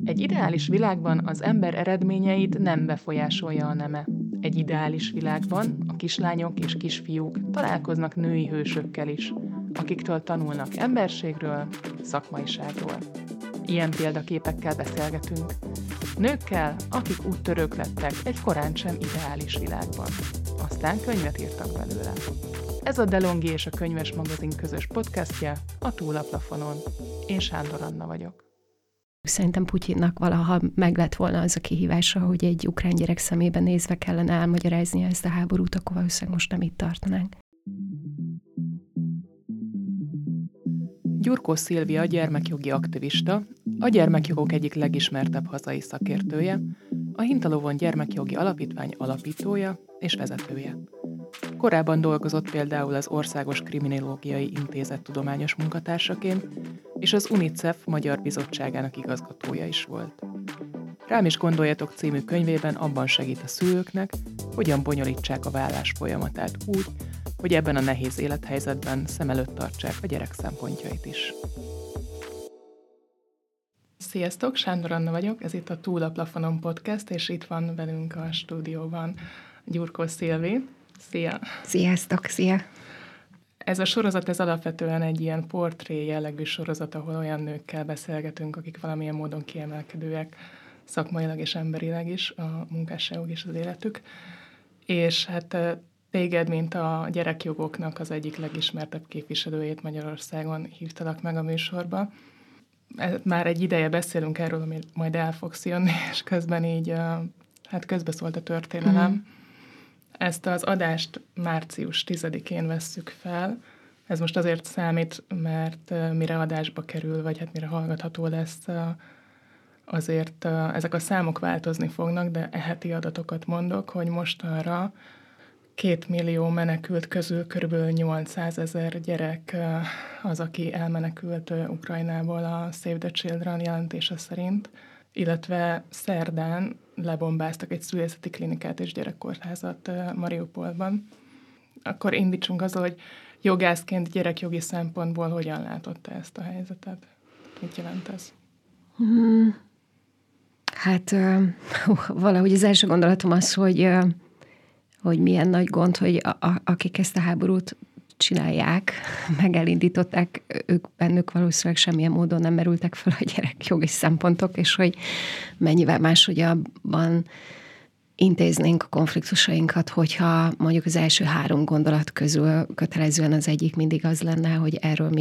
Egy ideális világban az ember eredményeit nem befolyásolja a neme. Egy ideális világban a kislányok és kisfiúk találkoznak női hősökkel is, akiktől tanulnak emberségről, szakmaiságról. Ilyen példaképekkel beszélgetünk. Nőkkel, akik úttörők lettek egy korán sem ideális világban. Aztán könyvet írtak belőle. Ez a DeLonghi és a Könyves Magazin közös podcastje, a Túl a plafonon. Én Sándor Anna vagyok. Szerintem Putyinnak valaha meg lett volna az a kihívása, hogy egy ukrán gyerek szemében nézve kellene elmagyaráznia ezt a háborút, akkor valószínűleg most nem itt tartanánk. Gyurkó Szilvia gyermekjogi aktivista, a gyermekjogok egyik legismertebb hazai szakértője, a Hintalovon Gyermekjogi Alapítvány alapítója és vezetője. Korábban dolgozott például az Országos Kriminológiai Intézet tudományos munkatársaként, és az UNICEF Magyar Bizottságának igazgatója is volt. Rám is gondoljatok című könyvében abban segít a szülőknek, hogyan bonyolítsák a vállás folyamatát úgy, hogy ebben a nehéz élethelyzetben szem előtt tartsák a gyerek szempontjait is. Sziasztok, Sándor Anna vagyok, ez itt a Túl a plafonon podcast, és itt van velünk a stúdióban Gyurkó Szilvi. Szia! Sziasztok, szia! Ez a sorozat, ez alapvetően egy ilyen portré jellegű sorozat, ahol olyan nőkkel beszélgetünk, akik valamilyen módon kiemelkedőek szakmailag és emberileg is, a munkásságuk és az életük. És hát téged, mint a gyerekjogoknak az egyik legismertebb képviselőjét Magyarországon hívtalak meg a műsorba. Már egy ideje beszélünk erről, ami majd el fogsz jönni, és közben így, hát közbeszólt a történelem. Ezt az adást március 10-én vesszük fel. Ez most azért számít, mert mire adásba kerül, vagy hát mire hallgatható lesz, azért ezek a számok változni fognak, de heti adatokat mondok, hogy mostanra 2 millió menekült közül körülbelül 800 000 gyerek az, aki elmenekült Ukrajnából a Save the Children jelentése szerint, illetve szerdán lebombáztak egy szülészeti klinikát és gyerekkórházat Mariupolban. Akkor indítsunk azzal, hogy jogászként gyerekjogi szempontból hogyan látotta ezt a helyzetet? Mit jelent ez? Hát valahogy az első gondolatom az, hogy milyen nagy gond, hogy akik ezt a háborút csinálják, meg elindították, bennük valószínűleg semmilyen módon nem merültek fel a gyerekjogi szempontok, és hogy mennyivel máshogyan intéznénk a konfliktusainkat, hogyha mondjuk az első 3 gondolat közül kötelezően az egyik mindig az lenne, hogy erről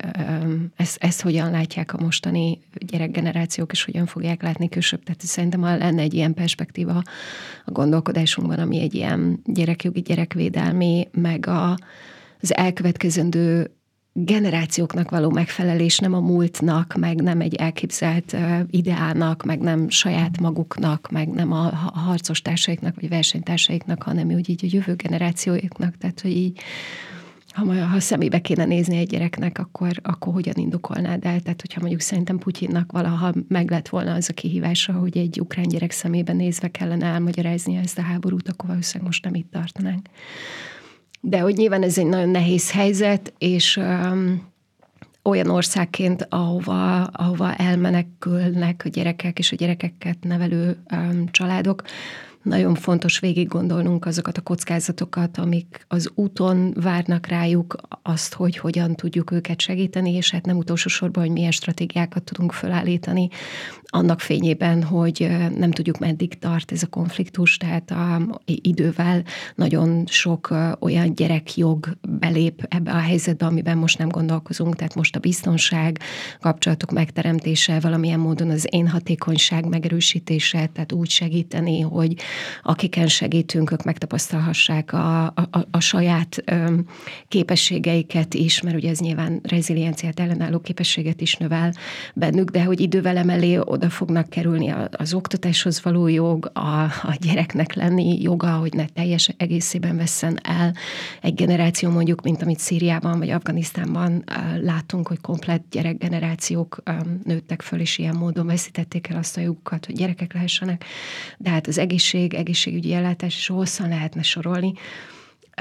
ezt hogyan látják a mostani gyerekgenerációk, és hogyan fogják látni később. Tehát szerintem lenne egy ilyen perspektíva a gondolkodásunkban, ami egy ilyen gyerekjogi, gyerekvédelmi, meg az elkövetkezendő generációknak való megfelelés, nem a múltnak, meg nem egy elképzelt ideának, meg nem saját maguknak, meg nem a harcos társaiknak, vagy versenytársaiknak, hanem úgy így a jövő generációiknak. Tehát, hogy így, ha szemébe kéne nézni egy gyereknek, akkor hogyan indokolnád el? Tehát, hogyha mondjuk szerintem Putyinnak valaha meg lett volna az a kihívása, hogy egy ukrán gyerek szemébe nézve kellene elmagyaráznia ezt a háborút, akkor valószínűleg most nem itt tartanánk. De hogy nyilván ez egy nagyon nehéz helyzet, és olyan országként, ahova elmenekülnek a gyerekek és a gyerekeket nevelő családok, nagyon fontos végig gondolnunk azokat a kockázatokat, amik az úton várnak rájuk, azt, hogy hogyan tudjuk őket segíteni, és hát nem utolsó sorban, hogy milyen stratégiákat tudunk felállítani annak fényében, hogy nem tudjuk, meddig tart ez a konfliktus, tehát idővel nagyon sok olyan gyerekjog belép ebbe a helyzetbe, amiben most nem gondolkozunk, tehát most a biztonság, kapcsolatok megteremtése, valamilyen módon az én hatékonyság megerősítése, tehát úgy segíteni, hogy akiken segítünk, ők megtapasztalhassák a saját képességeiket is, mert ugye ez nyilván rezilienciát, ellenálló képességet is növel bennük, de hogy idővel emellé oda fognak kerülni az oktatáshoz való jog, a gyereknek lenni joga, hogy ne teljes egészében vesszen el egy generáció, mondjuk, mint amit Szíriában vagy Afganisztánban látunk, hogy komplett gyerekgenerációk nőttek föl, és ilyen módon veszítették el azt a jogukat, hogy gyerekek lehessenek. De hát az egészségügyi ellátás is hosszan lehetne sorolni.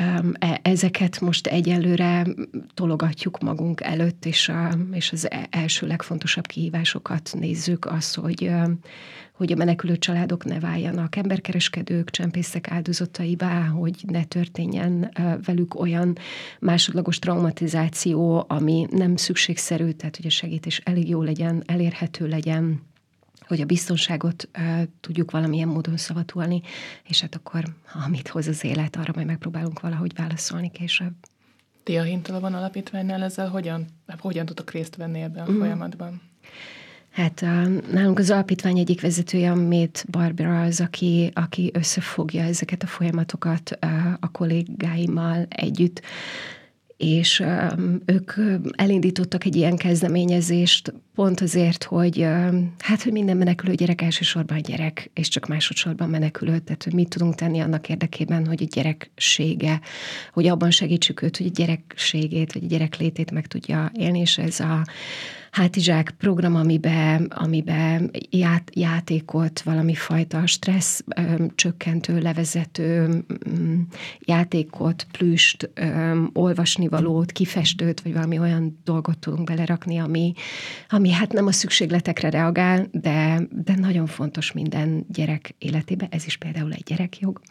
ezeket most egyelőre tologatjuk magunk előtt, és az első legfontosabb kihívásokat nézzük, az, hogy a menekülő családok ne váljanak emberkereskedők, csempészek áldozataivá, hogy ne történjen velük olyan másodlagos traumatizáció, ami nem szükségszerű, tehát hogy a segítés elég jó legyen, elérhető legyen, hogy a biztonságot tudjuk valamilyen módon szavatolni, és hát akkor, amit hoz az élet, arra majd megpróbálunk valahogy válaszolni később. Ti a Hintalabon Alapítványnál ezzel hogyan tudtok részt venni ebben a folyamatban? Hát nálunk az alapítvány egyik vezetője, Méth Barbara az, aki összefogja ezeket a folyamatokat a kollégáimmal együtt, és ők elindítottak egy ilyen kezdeményezést pont azért, hogy hogy minden menekülő gyerek elsősorban gyerek, és csak másodszorban menekülő, tehát hogy mit tudunk tenni annak érdekében, hogy a gyereksége, hogy abban segítsük őt, hogy a gyerekségét, vagy a gyerek létét meg tudja élni, és ez a hátizsák program, amiben játékot, valami fajta stressz csökkentő, levezető játékot, plüst, olvasnivalót, kifestőt, vagy valami olyan dolgot tudunk belerakni, ami hát nem a szükségletekre reagál, de nagyon fontos minden gyerek életében. Ez is például egy gyerekjog.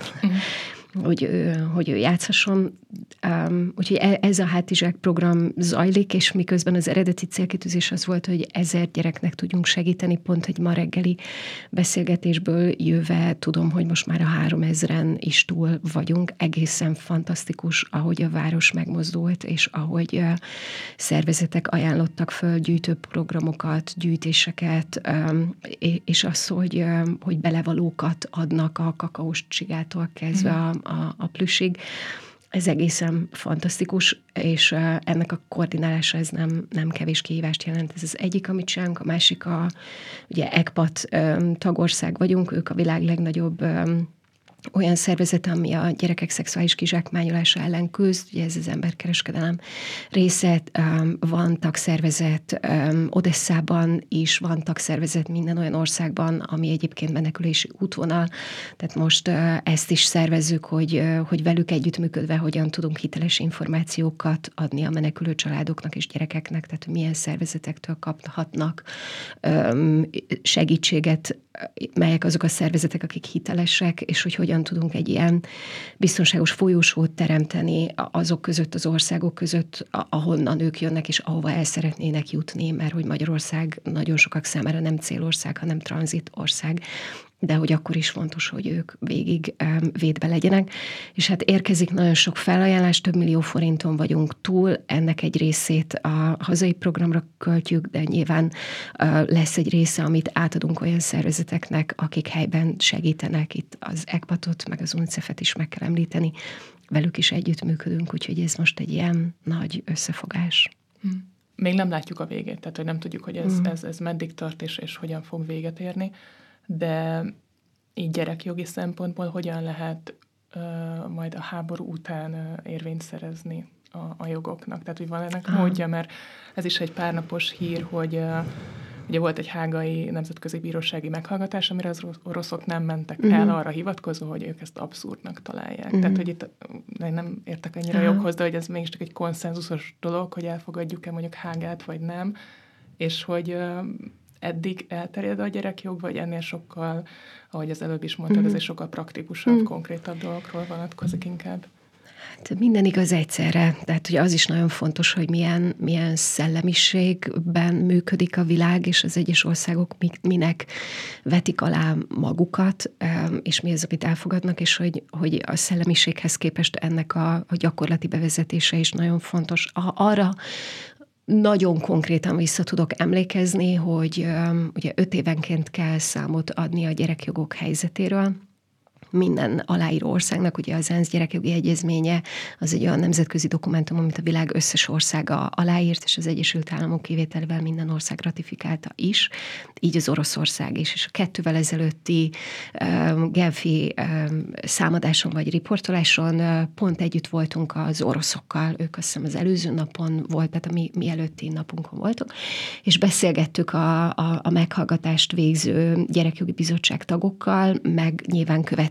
Hogy ő játszhasson. Úgyhogy ez a hátizsák program zajlik, és miközben az eredeti célkitűzés az volt, hogy 1000 gyereknek tudjunk segíteni, pont egy ma reggeli beszélgetésből jöve tudom, hogy most már a 3000-en is túl vagyunk. Egészen fantasztikus, ahogy a város megmozdult, és ahogy szervezetek ajánlottak föl gyűjtőprogramokat, gyűjtéseket, és az, hogy belevalókat adnak a kakaós csigától kezdve a plüssig. Ez egészen fantasztikus, és ennek a koordinálása ez nem kevés kihívást jelent. Ez az egyik, amit csinálunk, a másik ugye ECPAT tagország vagyunk, ők a világ legnagyobb olyan szervezet, ami a gyerekek szexuális kizsákmányolása ellen küzd, ugye ez az emberkereskedelem része, van tagszervezet Odesszában is, van tagszervezet minden olyan országban, ami egyébként menekülési útvonal, tehát most ezt is szervezzük, hogy velük együttműködve hogyan tudunk hiteles információkat adni a menekülő családoknak és gyerekeknek, tehát milyen szervezetektől kaphatnak segítséget, melyek azok a szervezetek, akik hitelesek, és hogy hogyan tudunk egy ilyen biztonságos folyósót teremteni azok között, az országok között, ahonnan ők jönnek, és ahova el szeretnének jutni, mert hogy Magyarország nagyon sokak számára nem célország, hanem tranzitország, de hogy akkor is fontos, hogy ők végig védve legyenek. És hát érkezik nagyon sok felajánlás, több millió forinton vagyunk túl, ennek egy részét a hazai programra költjük, de nyilván lesz egy része, amit átadunk olyan szervezeteknek, akik helyben segítenek, itt az ECPAT-ot, meg az UNICEF-et is meg kell említeni, velük is együttműködünk, úgyhogy ez most egy ilyen nagy összefogás. Még nem látjuk a végét, tehát hogy nem tudjuk, hogy ez meddig tart, és hogyan fog véget érni, de így gyerekjogi szempontból hogyan lehet majd a háború után érvényt szerezni a jogoknak. Tehát, hogy van ennek módja, mert ez is egy párnapos hír, hogy ugye volt egy hágai nemzetközi bírósági meghallgatás, amire az oroszok nem mentek el arra hivatkozva, hogy ők ezt abszurdnak találják. Tehát, hogy itt nem értek annyira a joghoz, de hogy ez mégiscsak egy konszenzusos dolog, hogy elfogadjuk-e mondjuk Hágát, vagy nem, és hogy eddig elterjed a gyerekjog, vagy ennél sokkal, ahogy az előbb is mondtad, ez egy sokkal praktikusabb, konkrétabb dologról vonatkozik inkább. Hát minden igaz egyszerre. Tehát ugye az is nagyon fontos, hogy milyen szellemiségben működik a világ, és az egyes országok minek vetik alá magukat, és mi az, amit elfogadnak, és hogy a szellemiséghez képest ennek a gyakorlati bevezetése is nagyon fontos. Arra nagyon konkrétan vissza tudok emlékezni, hogy ugye 5 évenként kell számot adni a gyerekjogok helyzetéről. Minden aláíró országnak, ugye az ENSZ gyerekjogi egyezménye, az egy olyan nemzetközi dokumentum, amit a világ összes országa aláírt, és az Egyesült Államok kivételével minden ország ratifikálta is, így az Oroszország is. És a 2-vel ezelőtti Genfi számadáson vagy riportoláson pont együtt voltunk az oroszokkal, ők azt hiszem az előző napon volt, tehát a mi előtti napunkon voltunk, és beszélgettük a meghallgatást végző gyerekjogi bizottság tagokkal, meg nyilván követtük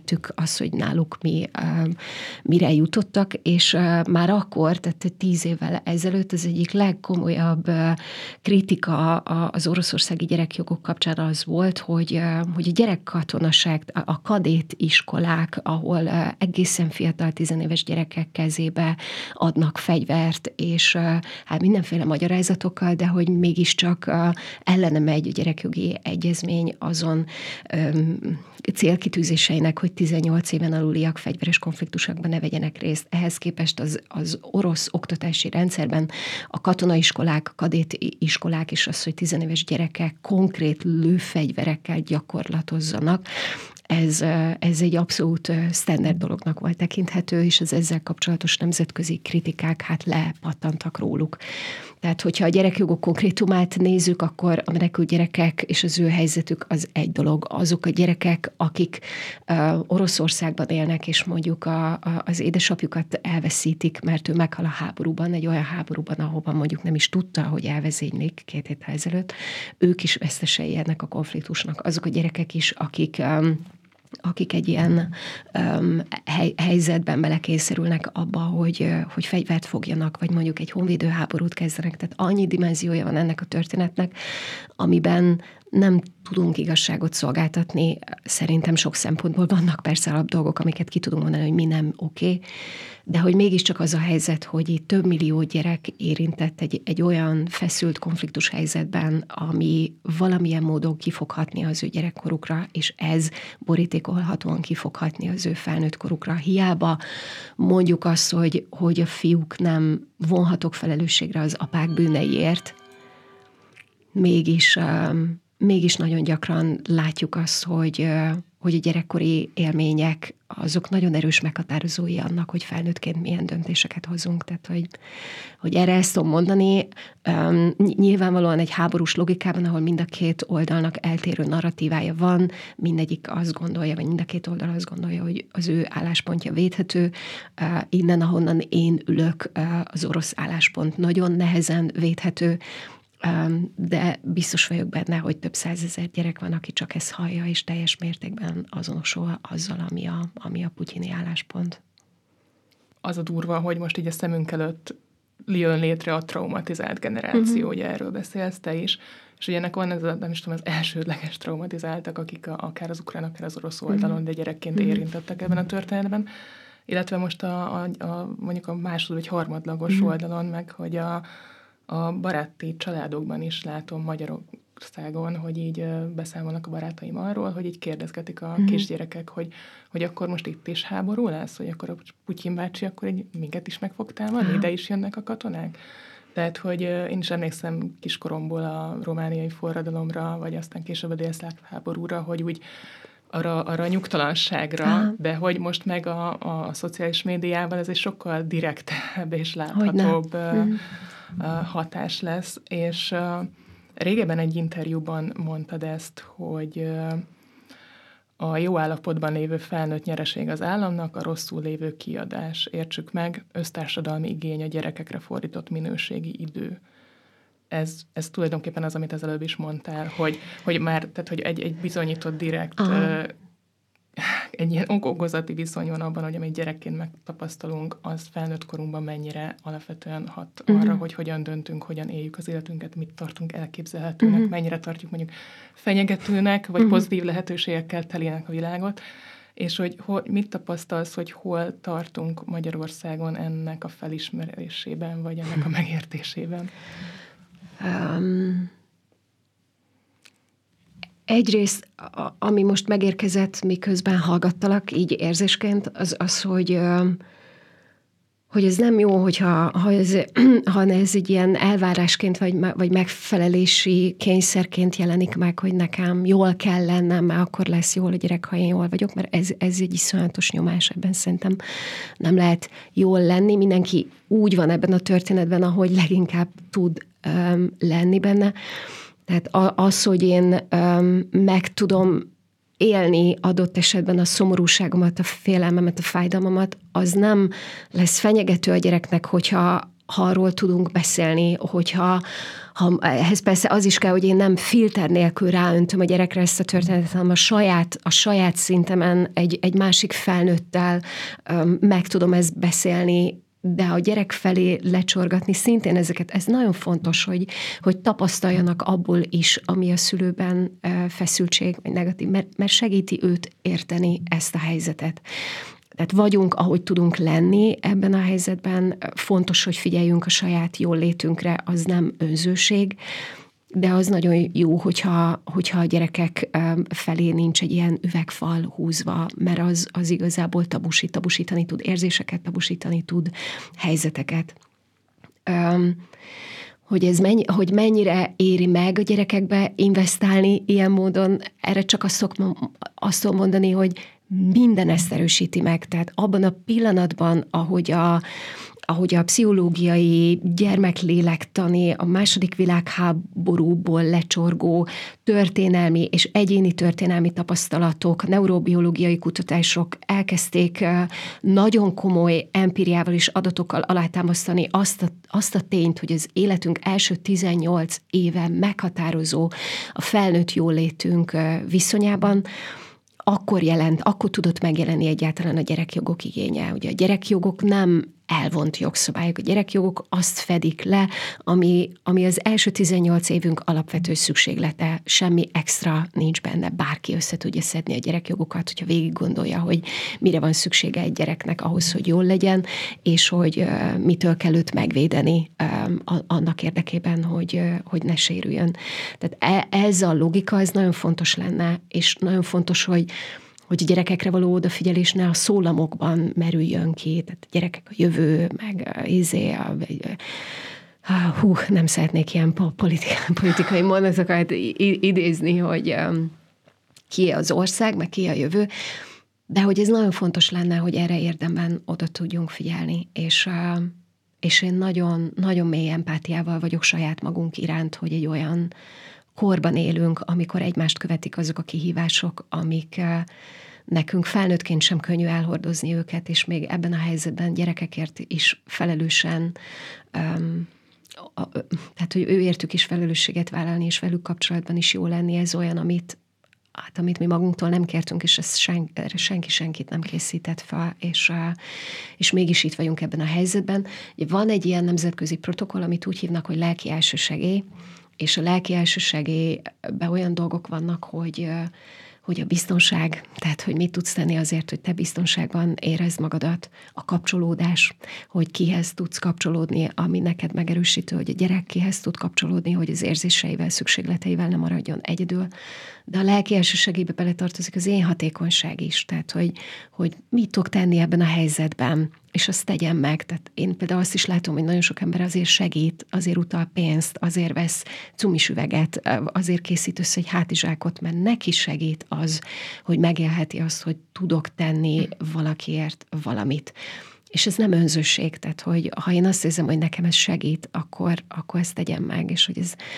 megértettük azt, hogy náluk mire jutottak, és már akkor, tehát 10 évvel ezelőtt az egyik legkomolyabb kritika az oroszországi gyerekjogok kapcsán az volt, hogy a gyerekkatonaság, a kadét iskolák, ahol egészen fiatal 10 éves gyerekek kezébe adnak fegyvert, és hát mindenféle magyarázatokkal, de hogy mégiscsak ellene megy a gyerekjogi egyezmény azon célkitűzéseinek, hogy 18 éven aluliak fegyveres konfliktusokban ne vegyenek részt. Ehhez képest az orosz oktatási rendszerben a katonaiskolák, a kadétiskolák és az, hogy 10 éves gyerekek konkrét lőfegyverekkel gyakorlatozzanak, ez egy abszolút standard dolognak volt tekinthető, és az ezzel kapcsolatos nemzetközi kritikák hát lepattantak róluk. Tehát, hogyha a gyerekjogok konkrétumát nézzük, akkor a menekült gyerekek és az ő helyzetük az egy dolog. Azok a gyerekek, akik Oroszországban élnek, és mondjuk az édesapjukat elveszítik, mert ő meghal a háborúban, egy olyan háborúban, ahova mondjuk nem is tudta, hogy elvezénylik 2 héttel ezelőtt, ők is vesztesei ennek a konfliktusnak. Azok a gyerekek is, akik egy ilyen helyzetben belekényszerülnek abba, hogy fegyvert fogjanak, vagy mondjuk egy honvédő háborút kezdenek. Tehát annyi dimenziója van ennek a történetnek, amiben nem tudunk igazságot szolgáltatni. Szerintem sok szempontból vannak persze alapdolgok, amiket ki tudunk mondani, hogy mi nem oké, de hogy mégiscsak az a helyzet, hogy itt több millió gyerek érintett egy olyan feszült konfliktus helyzetben, ami valamilyen módon ki fog hatni az ő gyerekkorukra, és ez borítékolhatóan ki fog hatni az ő felnőtt korukra. Hiába mondjuk azt, hogy a fiúk nem vonhatók felelősségre az apák bűneiért, mégis nagyon gyakran látjuk azt, hogy a gyerekkori élmények azok nagyon erős meghatározói annak, hogy felnőttként milyen döntéseket hozunk. Tehát, hogy erre ezt tudom mondani, nyilvánvalóan egy háborús logikában, ahol mind a két oldalnak eltérő narratívája van, mindegyik azt gondolja, vagy mind a két oldal azt gondolja, hogy az ő álláspontja védhető. Innen, ahonnan én ülök, az orosz álláspont nagyon nehezen védhető, de biztos vagyok benne, hogy több 100 000 gyerek van, aki csak ezt hallja, és teljes mértékben azonosul azzal, ami a putyini álláspont. Az a durva, hogy most így a szemünk előtt jön létre a traumatizált generáció, ugye erről beszélsz te is, és ugye ennek van ez nem is tudom, az elsődleges traumatizáltak, akik akár az ukrán, akár az orosz oldalon, de gyerekként érintettek ebben a történetben, illetve most mondjuk a másod vagy harmadlagos oldalon, meg hogy a baráti családokban is látom Magyarországon, hogy így beszámolnak a barátaim arról, hogy így kérdezgetik a kisgyerekek, hogy akkor most itt is háború lesz, hogy akkor a Putyin bácsi akkor így minket is meg fog támadni, ide is jönnek a katonák. Tehát, hogy én is emlékszem kiskoromból a romániai forradalomra, vagy aztán később a délszláv háborúra, hogy úgy arra nyugtalanságra, de hogy most meg a szociális médiában ez egy sokkal direktebb és láthatóbb hatás lesz, és régebben egy interjúban mondtad ezt, hogy a jó állapotban lévő felnőtt nyereség az államnak, a rosszul lévő kiadás. Értsük meg, össztársadalmi igény a gyerekekre fordított minőségi idő. Ez tulajdonképpen az, amit az előbb is mondtál, hogy már, tehát hogy egy bizonyított direkt egy ilyen okozati viszony van abban, hogy amit gyerekként megtapasztalunk, az felnőtt korunkban mennyire alapvetően hat arra, hogy hogyan döntünk, hogyan éljük az életünket, mit tartunk elképzelhetőnek, mennyire tartjuk mondjuk fenyegetőnek, vagy pozitív lehetőségekkel telének a világot, és hogy mit tapasztalsz, hogy hol tartunk Magyarországon ennek a felismerésében, vagy ennek a megértésében? Egyrészt, ami most megérkezett, miközben hallgattalak, így érzésként, az hogy ez nem jó, ha ez egy ilyen elvárásként, vagy megfelelési kényszerként jelenik meg, hogy nekem jól kell lennem, mert akkor lesz jól a gyerek, ha én jól vagyok, mert ez egy iszonyatos nyomás, ebben szerintem nem lehet jól lenni. Mindenki úgy van ebben a történetben, ahogy leginkább tud lenni benne. Tehát az, hogy én meg tudom élni adott esetben a szomorúságomat, a félelmemet, a fájdalmamat, az nem lesz fenyegető a gyereknek, hogyha arról tudunk beszélni, hogyha ehhez persze az is kell, hogy én nem filter nélkül ráöntöm a gyerekre ezt a történetet, hanem a saját szintemen egy másik felnőttel meg tudom ezt beszélni, de a gyerek felé lecsorgatni szintén ezeket, ez nagyon fontos, hogy tapasztaljanak abból is, ami a szülőben feszültség, vagy negatív, mert segíti őt érteni ezt a helyzetet. Tehát vagyunk, ahogy tudunk lenni ebben a helyzetben, fontos, hogy figyeljünk a saját jól létünkre, az nem önzőség, de az nagyon jó, hogyha a gyerekek felé nincs egy ilyen üvegfal húzva, mert az igazából tabusítani tud érzéseket, tabusítani tud helyzeteket. Hogy mennyire éri meg a gyerekekbe investálni ilyen módon, erre csak azt tudom mondani, hogy minden ezt erősíti meg. Tehát abban a pillanatban, ahogy a pszichológiai, gyermeklélektani, a második világháborúból lecsorgó történelmi és egyéni történelmi tapasztalatok, neurobiológiai kutatások elkezdték nagyon komoly empíriával és adatokkal alátámasztani azt a tényt, hogy az életünk első 18 éve meghatározó a felnőtt jólétünk viszonyában, akkor tudott megjelenni egyáltalán a gyerekjogok igénye. Ugye a gyerekjogok nem elvont jogszabályok. A gyerekjogok azt fedik le, ami az első 18 évünk alapvető szükséglete. Semmi extra nincs benne. Bárki össze tudja szedni a gyerekjogokat, hogyha végig gondolja, hogy mire van szüksége egy gyereknek ahhoz, hogy jól legyen, és hogy mitől kell őt megvédeni annak érdekében, hogy ne sérüljön. Tehát ez a logika, ez nagyon fontos lenne, és nagyon fontos, hogy a gyerekekre való odafigyelés ne a szólamokban merüljön ki. Tehát a gyerekek a jövő, meg nem szeretnék ilyen politikai mondatokat idézni, és ki az ország, meg ki a jövő, de hogy ez nagyon fontos lenne, hogy erre érdemben oda tudjunk figyelni, és én nagyon, nagyon mély empátiával vagyok saját magunk iránt, hogy egy olyan korban élünk, amikor egymást követik azok a kihívások, amik nekünk felnőttként sem könnyű elhordozni őket, és még ebben a helyzetben gyerekekért is felelősen, tehát hogy őértük is felelősséget vállalni, és velük kapcsolatban is jó lenni, ez olyan, amit mi magunktól nem kértünk, és ezt senki senkit nem készített fel, és mégis itt vagyunk ebben a helyzetben. Van egy ilyen nemzetközi protokoll, amit úgy hívnak, hogy lelki elsősegély, és a lelki elsősegélyben olyan dolgok vannak, hogy a biztonság, tehát hogy mit tudsz tenni azért, hogy te biztonságban érezd magadat, a kapcsolódás, hogy kihez tudsz kapcsolódni, ami neked megerősítő, hogy a gyerek kihez tud kapcsolódni, hogy az érzéseivel, szükségleteivel nem maradjon egyedül. De a lelki elsősegélybe beletartozik az én hatékonyság is, tehát hogy mit tudok tenni ebben a helyzetben, és azt tegyem meg. Tehát én például azt is látom, hogy nagyon sok ember azért segít, azért utal pénzt, azért vesz cumis üveget, azért készít össze egy hátizsákot, mert neki segít az, hogy megélheti azt, hogy tudok tenni valakiért valamit. És ez nem önzőség, tehát hogy ha én azt érzem, hogy nekem ez segít, akkor ezt tegyem meg, és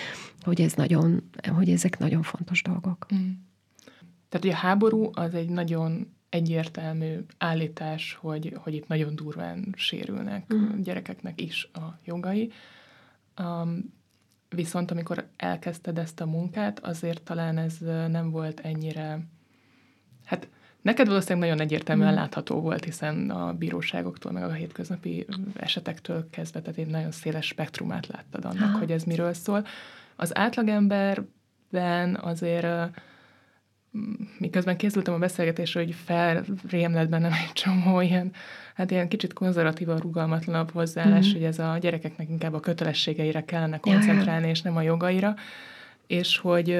hogy ezek nagyon fontos dolgok. Tehát, hogy a háború az egy nagyon egyértelmű állítás, hogy itt nagyon durván sérülnek gyerekeknek is a jogai. Viszont amikor elkezdted ezt a munkát, azért talán ez nem volt ennyire... Hát neked valószínűleg nagyon egyértelműen látható volt, hiszen a bíróságoktól, meg a hétköznapi esetektől kezdve, tehát egy nagyon széles spektrumát láttad annak, hogy ez miről szól. Az átlagemberben azért... miközben készültem a beszélgetésre, hogy felrémlett bennem egy csomó ilyen kicsit konzervatívan, rugalmatlanabb hozzáállás, hogy ez a gyerekeknek inkább a kötelességeire kellene koncentrálni, és nem a jogaira, és hogy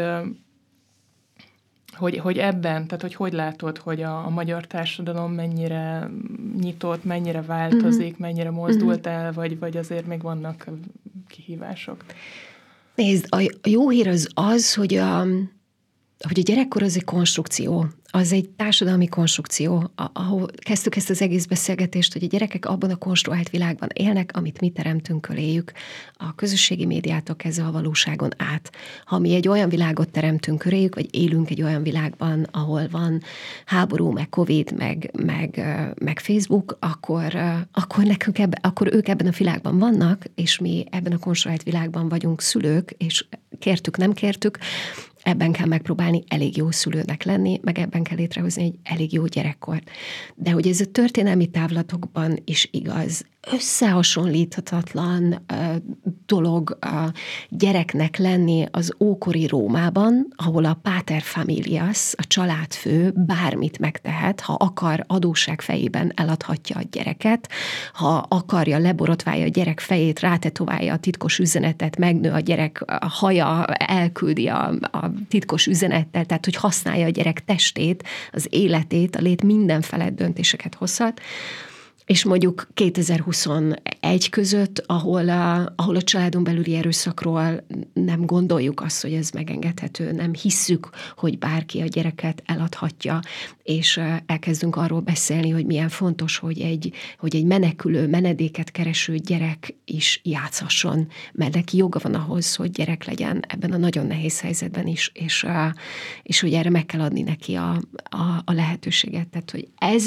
ebben, tehát hogy látod, hogy a magyar társadalom mennyire nyitott, mennyire változik, mennyire mozdult el, vagy azért még vannak kihívások? Nézd, a jó hír az, hogy hogy a gyerekkor az egy konstrukció, az egy társadalmi konstrukció, ahol kezdtük ezt az egész beszélgetést, hogy a gyerekek abban a konstruált világban élnek, amit mi teremtünk köréjük, a közösségi médiától kezdve a valóságon át. Ha mi egy olyan világot teremtünk köréjük, vagy élünk egy olyan világban, ahol van háború, meg Covid, meg Facebook, akkor ők ebben a világban vannak, és mi ebben a konstruált világban vagyunk szülők, és kértük, nem kértük, ebben kell megpróbálni elég jó szülőnek lenni, meg ebben kell létrehozni egy elég jó gyerekkort. De hogy ez a történelmi távlatokban is igaz, összehasonlíthatatlan dolog a gyereknek lenni az ókori Rómában, ahol a pater familias, a családfő bármit megtehet, ha akar, adósság fejében eladhatja a gyereket, ha akarja, leborotválja a gyerek fejét, rátetoválja a titkos üzenetet, megnő a gyerek a haja, elküldi a titkos üzenettel, tehát hogy használja a gyerek testét, az életét, a lét minden felett döntéseket hozhat. És mondjuk 2021 között, ahol a családon belüli erőszakról nem gondoljuk azt, hogy ez megengedhető, nem hisszük, hogy bárki a gyereket eladhatja, és elkezdünk arról beszélni, hogy milyen fontos, hogy egy menekülő, menedéket kereső gyerek is játszhasson, mert neki joga van ahhoz, hogy gyerek legyen ebben a nagyon nehéz helyzetben is, és hogy erre meg kell adni neki a lehetőséget. Tehát, hogy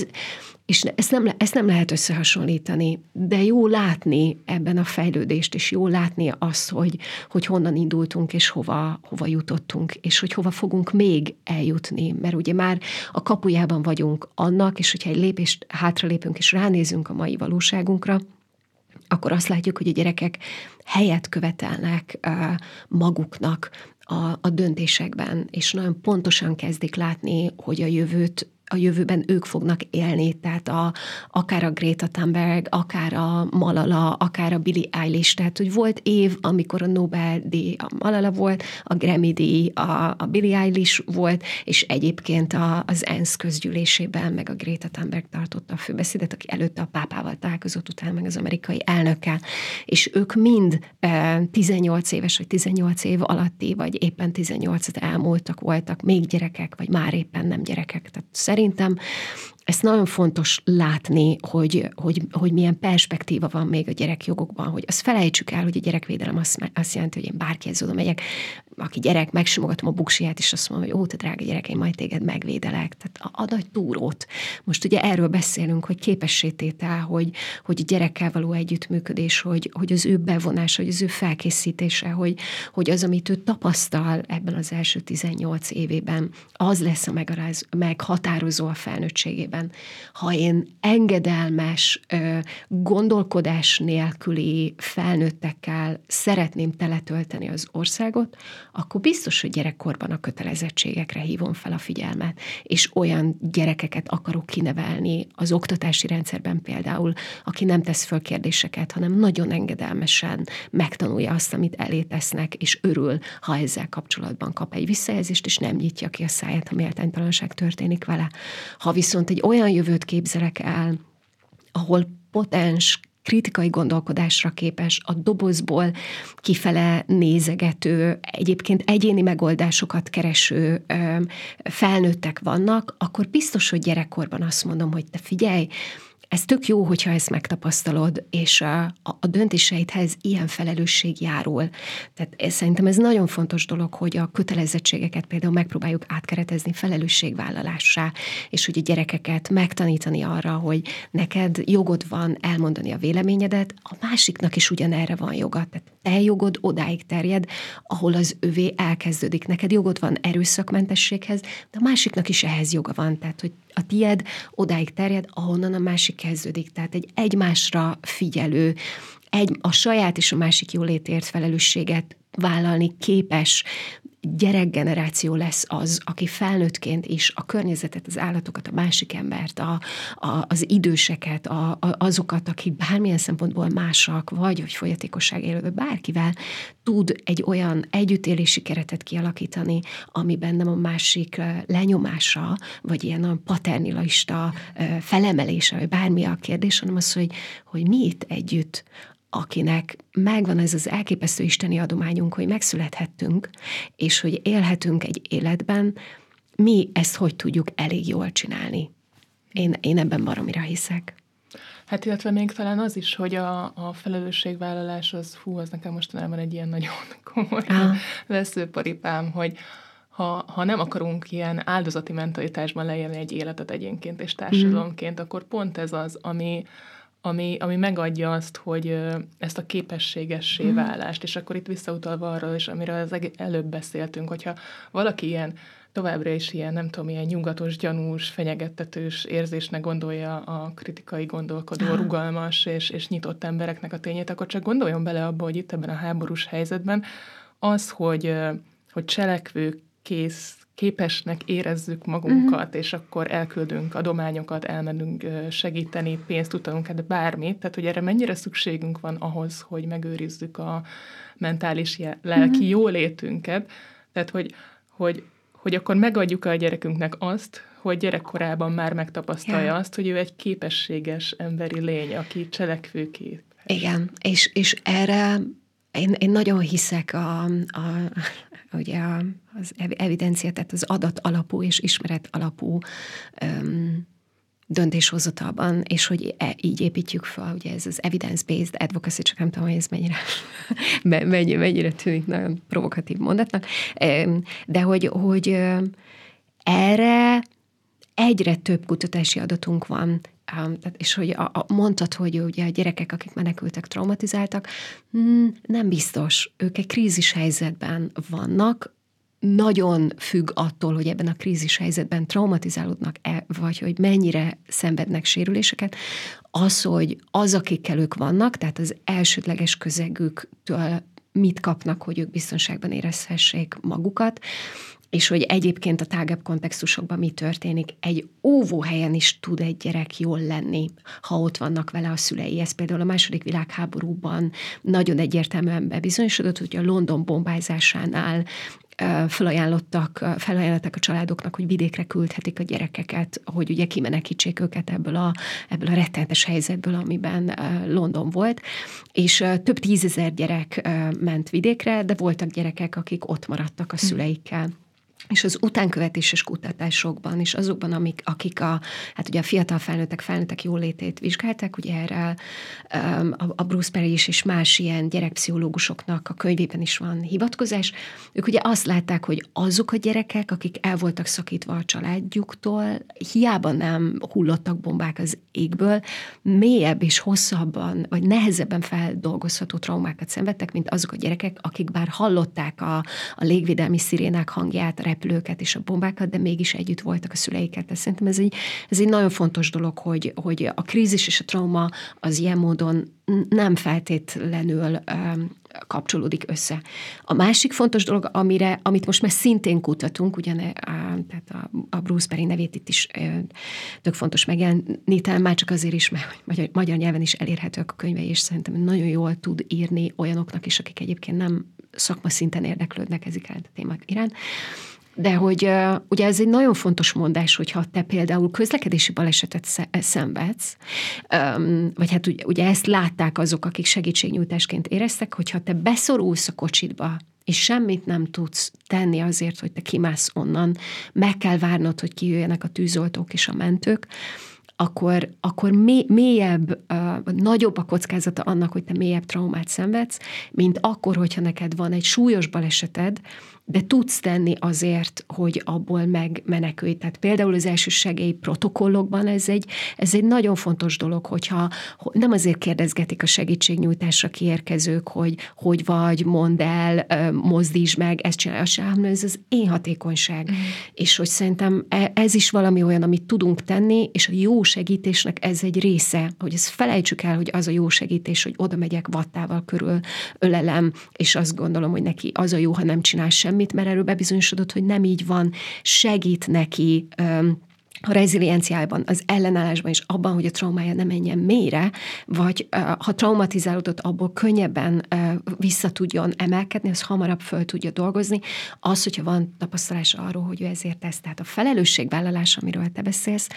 és ezt nem lehet összehasonlítani, de jó látni ebben a fejlődést, és jó látni azt, hogy honnan indultunk, és hova jutottunk, és hogy hova fogunk még eljutni, mert ugye már a kapujában vagyunk annak, és hogyha egy lépést hátralépünk, és ránézünk a mai valóságunkra, akkor azt látjuk, hogy a gyerekek helyet követelnek maguknak a döntésekben, és nagyon pontosan kezdik látni, hogy a jövőben ők fognak élni, tehát akár a Greta Thunberg, akár a Malala, akár a Billie Eilish, tehát hogy volt év, amikor a Nobel-díj a Malala volt, a Grammy-díj a Billie Eilish volt, és egyébként az ENSZ közgyűlésében meg a Greta Thunberg tartotta a főbeszédet, aki előtte a pápával találkozott, utána meg az amerikai elnökkel, és ők mind 18 éves, vagy 18 év alatti, vagy éppen 18-at elmúltak voltak, még gyerekek, vagy már éppen nem gyerekek, tehát szerintem ezt nagyon fontos látni, hogy milyen perspektíva van még a gyerekjogokban, hogy azt felejtsük el, hogy a gyerekvédelem azt jelenti, hogy én bárkihez oda megyek, aki gyerek, megsimogatom a buksiját, és azt mondom, hogy ó, te drága gyerek, én majd téged megvédelek. Tehát a nagy túrót. Most ugye erről beszélünk, hogy képességtétel, hogy a gyerekkel való együttműködés, hogy az ő bevonása, hogy az ő felkészítése, hogy az, amit ő tapasztal ebben az első 18 évében, az lesz a meghatározó a felnőttségében. Ha én engedelmes, gondolkodás nélküli felnőttekkel szeretném teletölteni az országot, akkor biztos, hogy gyerekkorban a kötelezettségekre hívom fel a figyelmet, és olyan gyerekeket akarok kinevelni az oktatási rendszerben például, aki nem tesz föl kérdéseket, hanem nagyon engedelmesen megtanulja azt, amit elé tesznek, és örül, ha ezzel kapcsolatban kap egy visszajelzést, és nem nyitja ki a száját, ha méltánytalanság történik vele. Ha viszont egy olyan jövőt képzelek el, ahol potens, kritikai gondolkodásra képes, a dobozból kifele nézegető, egyébként egyéni megoldásokat kereső felnőttek vannak, akkor biztos, hogy gyerekkorban azt mondom, hogy te figyelj, ez tök jó, hogyha ezt megtapasztalod, és a döntéseidhez ilyen felelősség járul. Tehát szerintem ez nagyon fontos dolog, hogy a kötelezettségeket például megpróbáljuk átkeretezni felelősségvállalássá, és hogy a gyerekeket megtanítani arra, hogy neked jogod van elmondani a véleményedet, a másiknak is ugyanerre van joga. Tehát te jogod odáig terjed, ahol az övé elkezdődik. Neked jogod van erőszakmentességhez, de a másiknak is ehhez joga van. Tehát, hogy a tied odáig terjed, ahonnan a másik kezdődik. Tehát egy egymásra figyelő, a saját és a másik jólétért felelősséget vállalni képes gyerekgeneráció lesz az, aki felnőttként is a környezetet, az állatokat, a másik embert, az időseket, azokat, akik bármilyen szempontból másak, vagy fogyatékosság élő, bárkivel tud egy olyan együttélési keretet kialakítani, amiben nem a másik lenyomása, vagy ilyen a paternalista felemelése, vagy bármi a kérdés, hanem az, hogy mi itt együtt akinek megvan ez az elképesztő isteni adományunk, hogy megszülethettünk, és hogy élhetünk egy életben, mi ezt hogy tudjuk elég jól csinálni. Én ebben baromira hiszek. Hát illetve még talán az is, hogy a felelősségvállalás az nekem mostanában egy ilyen nagyon komoly veszőparipám, hogy ha nem akarunk ilyen áldozati mentalitásban leélni egy életet egyénként és társadalomként, akkor pont ez az, ami megadja azt, hogy ezt a képességessé válást, és akkor itt visszautalva arra is, amiről az előbb beszéltünk, hogyha valaki ilyen továbbra is ilyen, nem tudom, ilyen nyugatos, gyanús, fenyegettetős érzésnek gondolja a kritikai gondolkodó, rugalmas és nyitott embereknek a tényét, akkor csak gondoljon bele abba, hogy itt ebben a háborús helyzetben az, hogy képesnek érezzük magunkat, és akkor elküldünk adományokat, elmenünk segíteni, pénzt utalunk, de bármit, tehát hogy erre mennyire szükségünk van ahhoz, hogy megőrizzük a mentális, lelki jólétünket, tehát hogy akkor megadjuk a gyerekünknek azt, hogy gyerekkorában már megtapasztalja azt, hogy ő egy képességes emberi lény, aki cselekvőképes. Igen, és erre én nagyon hiszek ugye az evidencia, tehát az adat alapú és ismeret alapú döntéshozatalban, és hogy így építjük fel, ugye ez az evidence-based advocacy, csak nem tudom, hogy ez mennyire tűnik nagyon provokatív mondatnak, de hogy erre egyre több kutatási adatunk van, és hogy mondtad, hogy ugye a gyerekek, akik menekültek, traumatizáltak, nem biztos. Ők egy krízis helyzetben vannak, nagyon függ attól, hogy ebben a krízis helyzetben traumatizálódnak-e, vagy hogy mennyire szenvednek sérüléseket, az, hogy akikkel ők vannak, tehát az elsődleges közegüktől mit kapnak, hogy ők biztonságban érezhessék magukat, és hogy egyébként a tágabb kontextusokban mi történik. Egy óvóhelyen is tud egy gyerek jól lenni, ha ott vannak vele a szülei. Ez például a II. Világháborúban nagyon bebizonyosodott, hogy a London bombázásánál felajánlották a családoknak, hogy vidékre küldhetik a gyerekeket, hogy ugye kimenekítsék őket ebből a rettenetes helyzetből, amiben London volt, és több 10 000 gyerek ment vidékre, de voltak gyerekek, akik ott maradtak a szüleikkel. És az utánkövetéses kutatásokban, és azokban, akik ugye a fiatal felnőttek jólétét vizsgálták, ugye erre a Bruce Perry is, és más ilyen gyerekpszichológusoknak a könyvében is van hivatkozás, ők ugye azt látták, hogy azok a gyerekek, akik el voltak szakítva a családjuktól, hiába nem hullottak bombák az égből, mélyebb és hosszabban, vagy nehezebben feldolgozható traumákat szenvedtek, mint azok a gyerekek, akik bár hallották a légvédelmi szirénák hangját, a repülőket és a bombákat, de mégis együtt voltak a szüleikkel. Tehát szerintem ez egy nagyon fontos dolog, hogy a krízis és a trauma az ilyen módon nem feltétlenül kapcsolódik össze. A másik fontos dolog, amit most már szintén kutatunk, tehát a Bruce Perry nevét itt is tök fontos megjeleníteni, már csak azért is, mert magyar nyelven is elérhetők a könyvei, és szerintem nagyon jól tud írni olyanoknak is, akik egyébként nem szakmaszinten érdeklődnek ezek a témák iránt. De hogy ugye ez egy nagyon fontos mondás, hogyha te például közlekedési balesetet szenvedsz, vagy hát ugye ezt látták azok, akik segítségnyújtásként éreztek, hogyha te beszorulsz a kocsidba, és semmit nem tudsz tenni azért, hogy te kimász onnan, meg kell várnod, hogy kijöjjenek a tűzoltók és a mentők, akkor mélyebb, nagyobb a kockázata annak, hogy te mélyebb traumát szenvedsz, mint akkor, hogyha neked van egy súlyos baleseted, de tudsz tenni azért, hogy abból megmenekülj. Tehát például az elsősegély protokollokban ez egy nagyon fontos dolog, hogyha nem azért kérdezgetik a segítségnyújtásra kiérkezők, hogy vagy, mondd el, mozdítsd meg, ezt csinálj, azt csinálj, hanem ez az én hatékonyság. És hogy szerintem ez is valami olyan, amit tudunk tenni, és a jó segítésnek ez egy része, hogy ezt felejtsük el, hogy az a jó segítés, hogy oda megyek vattával körül, ölelem, és azt gondolom, hogy neki az a jó, ha nem csinál semmit, mert erről bebizonyosodott, hogy nem így van, segít neki a rezilienciában, az ellenállásban és abban, hogy a traumája ne menjen mélyre, vagy ha traumatizálódott, abból könnyebben vissza tudjon emelkedni, az hamarabb föl tudja dolgozni, az, hogyha van tapasztalása arról, hogy ő ezért tesz. Tehát a felelősségvállalás, amiről te beszélsz,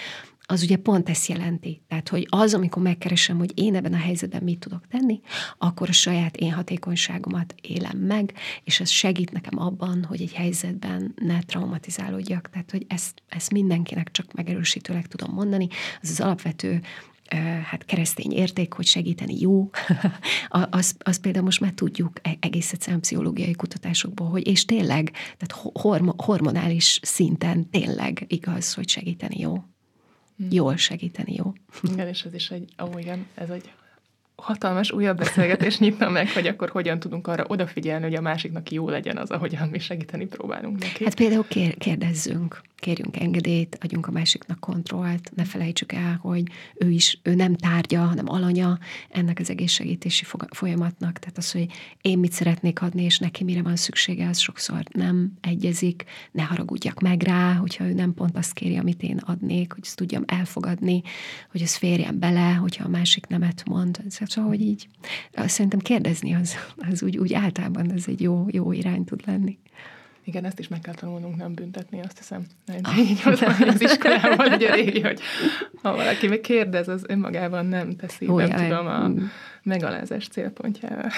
az ugye pont ezt jelenti. Tehát, hogy az, amikor megkeresem, hogy én ebben a helyzetben mit tudok tenni, akkor a saját én hatékonyságomat élem meg, és ez segít nekem abban, hogy egy helyzetben ne traumatizálódjak. Tehát, hogy ezt mindenkinek csak megerősítőleg tudom mondani. Az alapvető keresztény érték, hogy segíteni jó, az például most már tudjuk egész egyszerűen pszichológiai kutatásokból, hogy és tényleg, tehát hormonális szinten tényleg igaz, hogy segíteni jó. Jól segíteni jó. Igen, és ez is ez egy hatalmas újabb beszélgetés nyitna meg, hogy akkor hogyan tudunk arra odafigyelni, hogy a másiknak jó legyen az, ahogyan mi segíteni próbálunk neki. Hát például kérdezzünk, kérjünk engedélyt, adjunk a másiknak kontrollt, ne felejtsük el, hogy ő nem tárgya, hanem alanya ennek az egészsegítési folyamatnak. Tehát az, hogy én mit szeretnék adni, és neki mire van szüksége, az sokszor nem egyezik, ne haragudjak meg rá, hogyha ő nem pont azt kéri, amit én adnék, hogy ezt tudjam elfogadni, hogy ez férjen bele, hogyha a másik nemet mond. Szóval, hogy így szerintem kérdezni az úgy általában ez egy jó irány tud lenni. Igen, ezt is meg kell tanulnunk nem büntetni, azt hiszem. Így volt az iskolában, ugye régi, hogy ha valaki meg kérdez, az önmagában nem teszi, tudom, a megalázás célpontjára.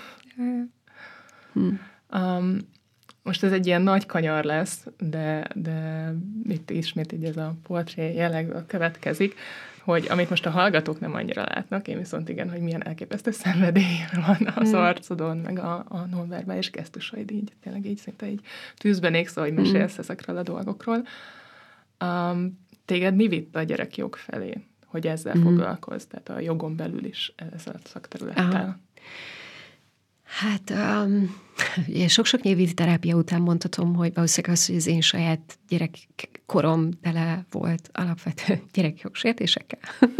Most ez egy ilyen nagy kanyar lesz, de itt ismét így ez a portré jelleg következik, hogy amit most a hallgatók nem annyira látnak, én viszont igen, hogy milyen elképesztő szenvedély van az arcodon, meg a nonverbális gesztusaid így, tényleg így szinte így tűzben égsz, hogy mesélsz ezekről a dolgokról. Téged mi vitt a gyerekjog felé, hogy ezzel foglalkozz, tehát a jogon belül is ezzel a szakterülettel? Hát sok-sok nyelvi terápia után mondhatom, hogy valószínűleg az, hogy az én saját gyerekkorom tele volt alapvető gyerekjogsértésekkel.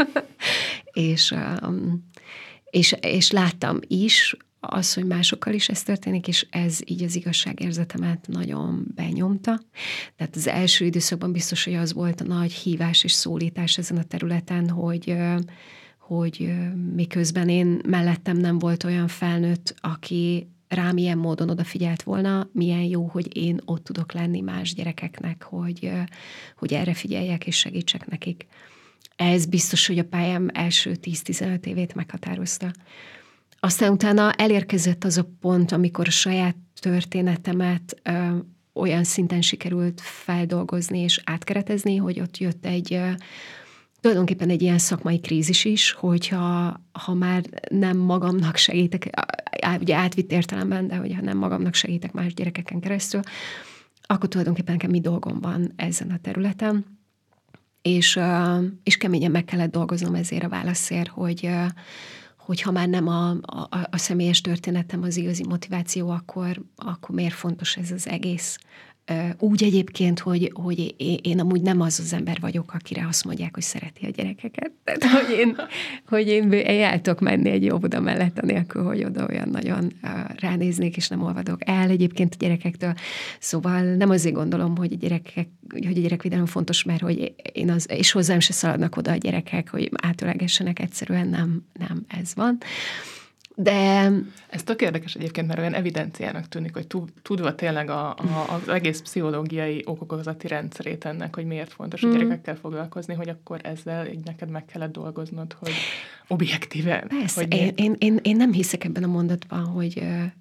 és láttam is az, hogy másokkal is ez történik, és ez így az igazságérzetemet nagyon benyomta. Tehát az első időszakban biztos, hogy az volt a nagy hívás és szólítás ezen a területen, hogy miközben én mellettem nem volt olyan felnőtt, aki rám ilyen módon odafigyelt volna, milyen jó, hogy én ott tudok lenni más gyerekeknek, hogy erre figyeljek és segítsek nekik. Ez biztos, hogy a pályám első 10-15 évét meghatározta. Aztán utána elérkezett az a pont, amikor a saját történetemet olyan szinten sikerült feldolgozni és átkeretezni, hogy ott jött tulajdonképpen egy ilyen szakmai krízis is, hogyha már nem magamnak segítek, ugye átvitt értelemben, de hogyha nem magamnak segítek más gyerekeken keresztül, akkor tulajdonképpen nekem mi dolgom van ezen a területen. És keményen meg kellett dolgoznom ezért a válaszért, hogy ha már nem a személyes történetem az igazi motiváció, akkor miért fontos ez az egész. Úgy egyébként, hogy én amúgy nem az ember vagyok, akire azt mondják, hogy szereti a gyerekeket. Tehát, hogy én el tudok menni egy óvoda mellett, anélkül, hogy oda olyan nagyon ránéznék, és nem olvadok el egyébként a gyerekektől. Szóval nem azért gondolom, hogy a gyerekvédelem fontos, mert hogy és hozzám se szaladnak oda a gyerekek, hogy átölegessenek, egyszerűen nem ez van. De ez tök érdekes egyébként, mert olyan evidenciának tűnik, hogy tudva tényleg az egész pszichológiai okokozati rendszerét ennek, hogy miért fontos a gyerekekkel foglalkozni, hogy akkor ezzel így neked meg kellett dolgoznod, hogy objektíven. Persze, én nem hiszek ebben a mondatban, hogy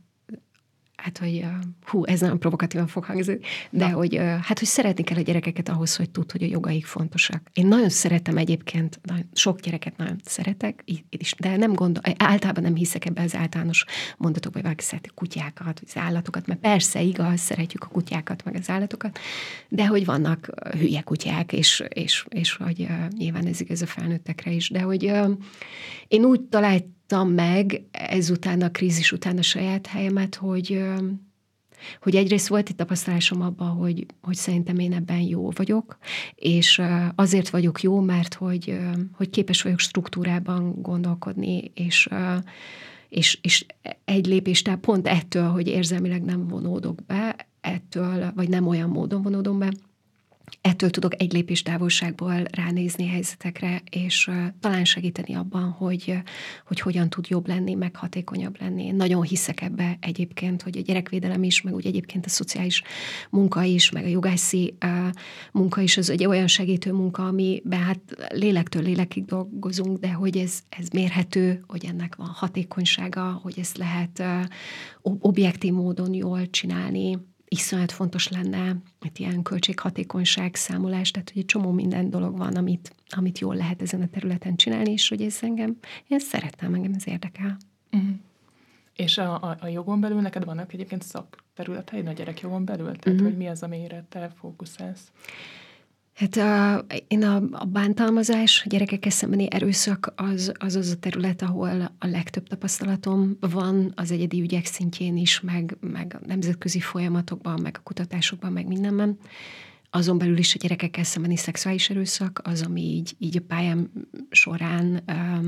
ez nagyon provokatívan fog hangzni, de hogy szeretni kell a gyerekeket ahhoz, hogy tudd, hogy a jogaik fontosak. Én nagyon szeretem egyébként, sok gyereket nagyon szeretek, de általában nem hiszek ebbe az általános mondatokba, hogy valaki szereti a kutyákat, vagy az állatokat, mert persze igaz, szeretjük a kutyákat, meg az állatokat, de hogy vannak hülye kutyák, és hogy nyilván ez igaz a felnőttekre is, de hogy én úgy találtam meg ezután a krízis után a saját helyemet, hogy egyrészt volt egy tapasztalásom abban, hogy szerintem én ebben jó vagyok, és azért vagyok jó, mert hogy képes vagyok struktúrában gondolkodni, és egy lépéstől pont ettől, hogy érzelmileg nem vonódok be, vagy nem olyan módon vonódom be, ettől tudok egy lépés távolságból ránézni helyzetekre, és talán segíteni abban, hogy hogyan tud jobb lenni, meg hatékonyabb lenni. Én nagyon hiszek ebbe egyébként, hogy a gyerekvédelem is, meg úgy egyébként a szociális munka is, meg a jogászi munka is, az egy olyan segítő munka, amiben hát lélektől lélekig dolgozunk, de hogy ez mérhető, hogy ennek van hatékonysága, hogy ezt lehet objektív módon jól csinálni, iszonyat fontos lenne egy ilyen költséghatékonyság számolás, tehát hogy egy csomó minden dolog van, amit jól lehet ezen a területen csinálni, és hogy ez én szeretem, engem ez érdekel. Uh-huh. És a jogon belül neked vannak egyébként szakterületeid a gyerekjogon belül? Tehát, hogy mi az, amire te fókuszálsz? Hát én a bántalmazás, a gyerekekkel szembeni erőszak az a terület, ahol a legtöbb tapasztalatom van az egyedi ügyek szintjén is, meg a nemzetközi folyamatokban, meg a kutatásokban, meg mindenben. Azon belül is a gyerekekkel szembeni szexuális erőszak az, ami így a pályám során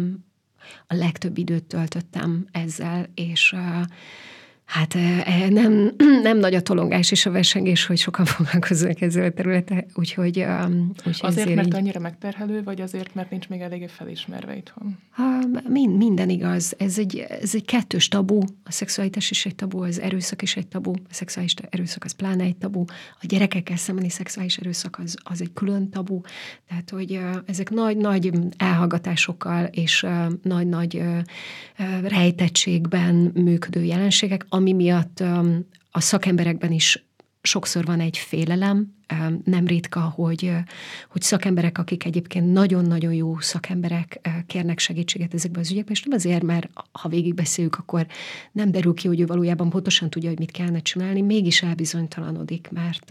a legtöbb időt töltöttem ezzel, és hát nem nagy a tolongás és a versengés, hogy sokan foglalkoznak ezzel a területen, úgyhogy azért, mert annyira megterhelő, vagy azért, mert nincs még eléggé felismerve itthon? Minden igaz. Ez egy kettős tabu. A szexualitás is egy tabu, az erőszak is egy tabu. A szexuális erőszak az pláne egy tabu. A gyerekekkel szembeni szexuális erőszak az egy külön tabu. Tehát, hogy ezek nagy-nagy elhallgatásokkal és nagy-nagy rejtettségben működő jelenségek, ami miatt a szakemberekben is sokszor van egy félelem, nem ritka, hogy szakemberek, akik egyébként nagyon-nagyon jó szakemberek kérnek segítséget ezekben az ügyekben, és nem azért, mert ha végigbeszéljük, akkor nem derül ki, hogy ő valójában pontosan tudja, hogy mit kellene csinálni, mégis elbizonytalanodik, mert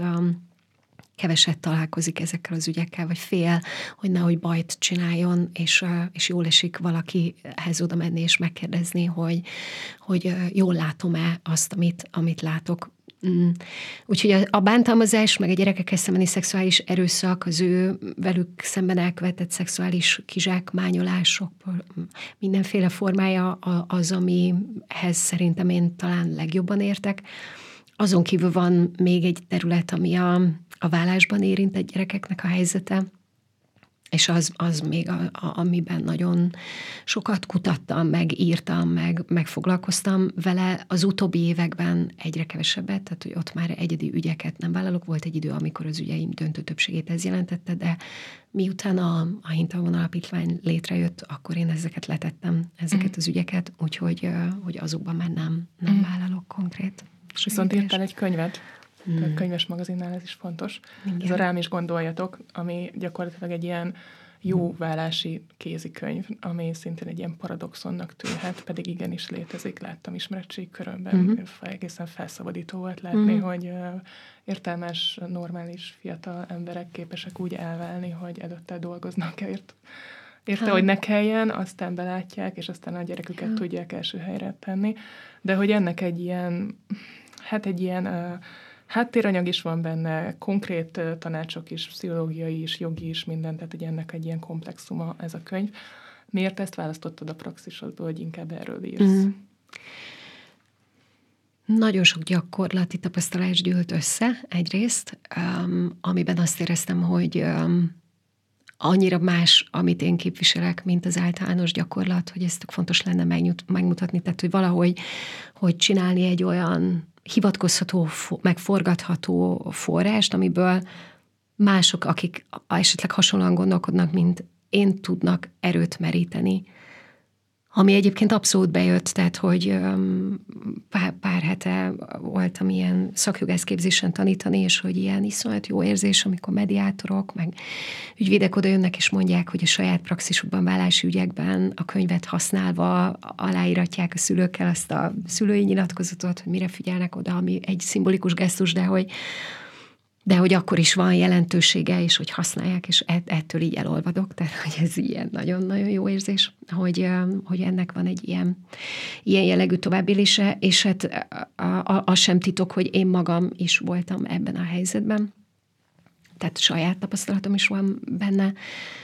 keveset találkozik ezekkel az ügyekkel, vagy fél, hogy nehogy bajt csináljon, és jól esik valakihez oda menni és megkérdezni, hogy jól látom-e azt, amit látok. Úgyhogy a bántalmazás, meg a gyerekekkel szembeni szexuális erőszak, az ő velük szemben elkövetett szexuális kizsákmányolások, mindenféle formája az, amihez szerintem én talán legjobban értek. Azon kívül van még egy terület, ami a vállásban érintett gyerekeknek a helyzete, és az még, amiben nagyon sokat kutattam, meg írtam, meg foglalkoztam vele. Az utóbbi években egyre kevesebbet, tehát hogy ott már egyedi ügyeket nem vállalok. Volt egy idő, amikor az ügyeim döntő többségét ez jelentette, de miután a Hintavon Alapítvány létrejött, akkor én ezeket letettem, ezeket az ügyeket, úgyhogy hogy azokban már nem vállalok konkrét. Viszont írtál egy könyvet, a könyves magazinnál ez is fontos. Igen. Ez a Rám is gondoljatok, ami gyakorlatilag egy ilyen jó vállási kézikönyv, ami szintén egy ilyen paradoxonnak tűnhet, pedig igenis létezik, láttam ismeretségi körömben. Egészen felszabadító volt látni, hogy értelmes, normális, fiatal emberek képesek úgy elválni, hogy előtte dolgoznak érte, hogy ne kelljen, aztán belátják, és aztán a gyereküket tudják első helyre tenni. De hogy ennek egy ilyen háttéranyag is van benne, konkrét tanácsok is, pszichológiai is, jogi is, minden, tehát hogy ennek egy ilyen komplexuma ez a könyv. Miért ezt választottad a praxisodból, hogy inkább erről írsz? Nagyon sok gyakorlati tapasztalás gyűlt össze egyrészt, amiben azt éreztem, hogy annyira más, amit én képviselek, mint az általános gyakorlat, hogy ezt fontos lenne megmutatni, tehát hogy valahogy hogy csinálni egy olyan hivatkozható, megforgatható forrást, amiből mások, akik esetleg hasonlóan gondolkodnak, mint én, tudnak erőt meríteni. Ami egyébként abszolút bejött, tehát, hogy pár hete voltam ilyen szakjogászképzésen tanítani, és hogy ilyen iszonyat jó érzés, amikor mediátorok, meg ügyvédek oda jönnek, és mondják, hogy a saját praxisukban, vállási ügyekben a könyvet használva aláíratják a szülőkkel azt a szülői nyilatkozatot, hogy mire figyelnek oda, ami egy szimbolikus gesztus, de hogy akkor is van jelentősége, és hogy használják, és ettől így elolvadok, tehát hogy ez ilyen nagyon-nagyon jó érzés, hogy ennek van egy ilyen jellegű továbbélése, és hát az sem titok, hogy én magam is voltam ebben a helyzetben, tehát saját tapasztalatom is van benne.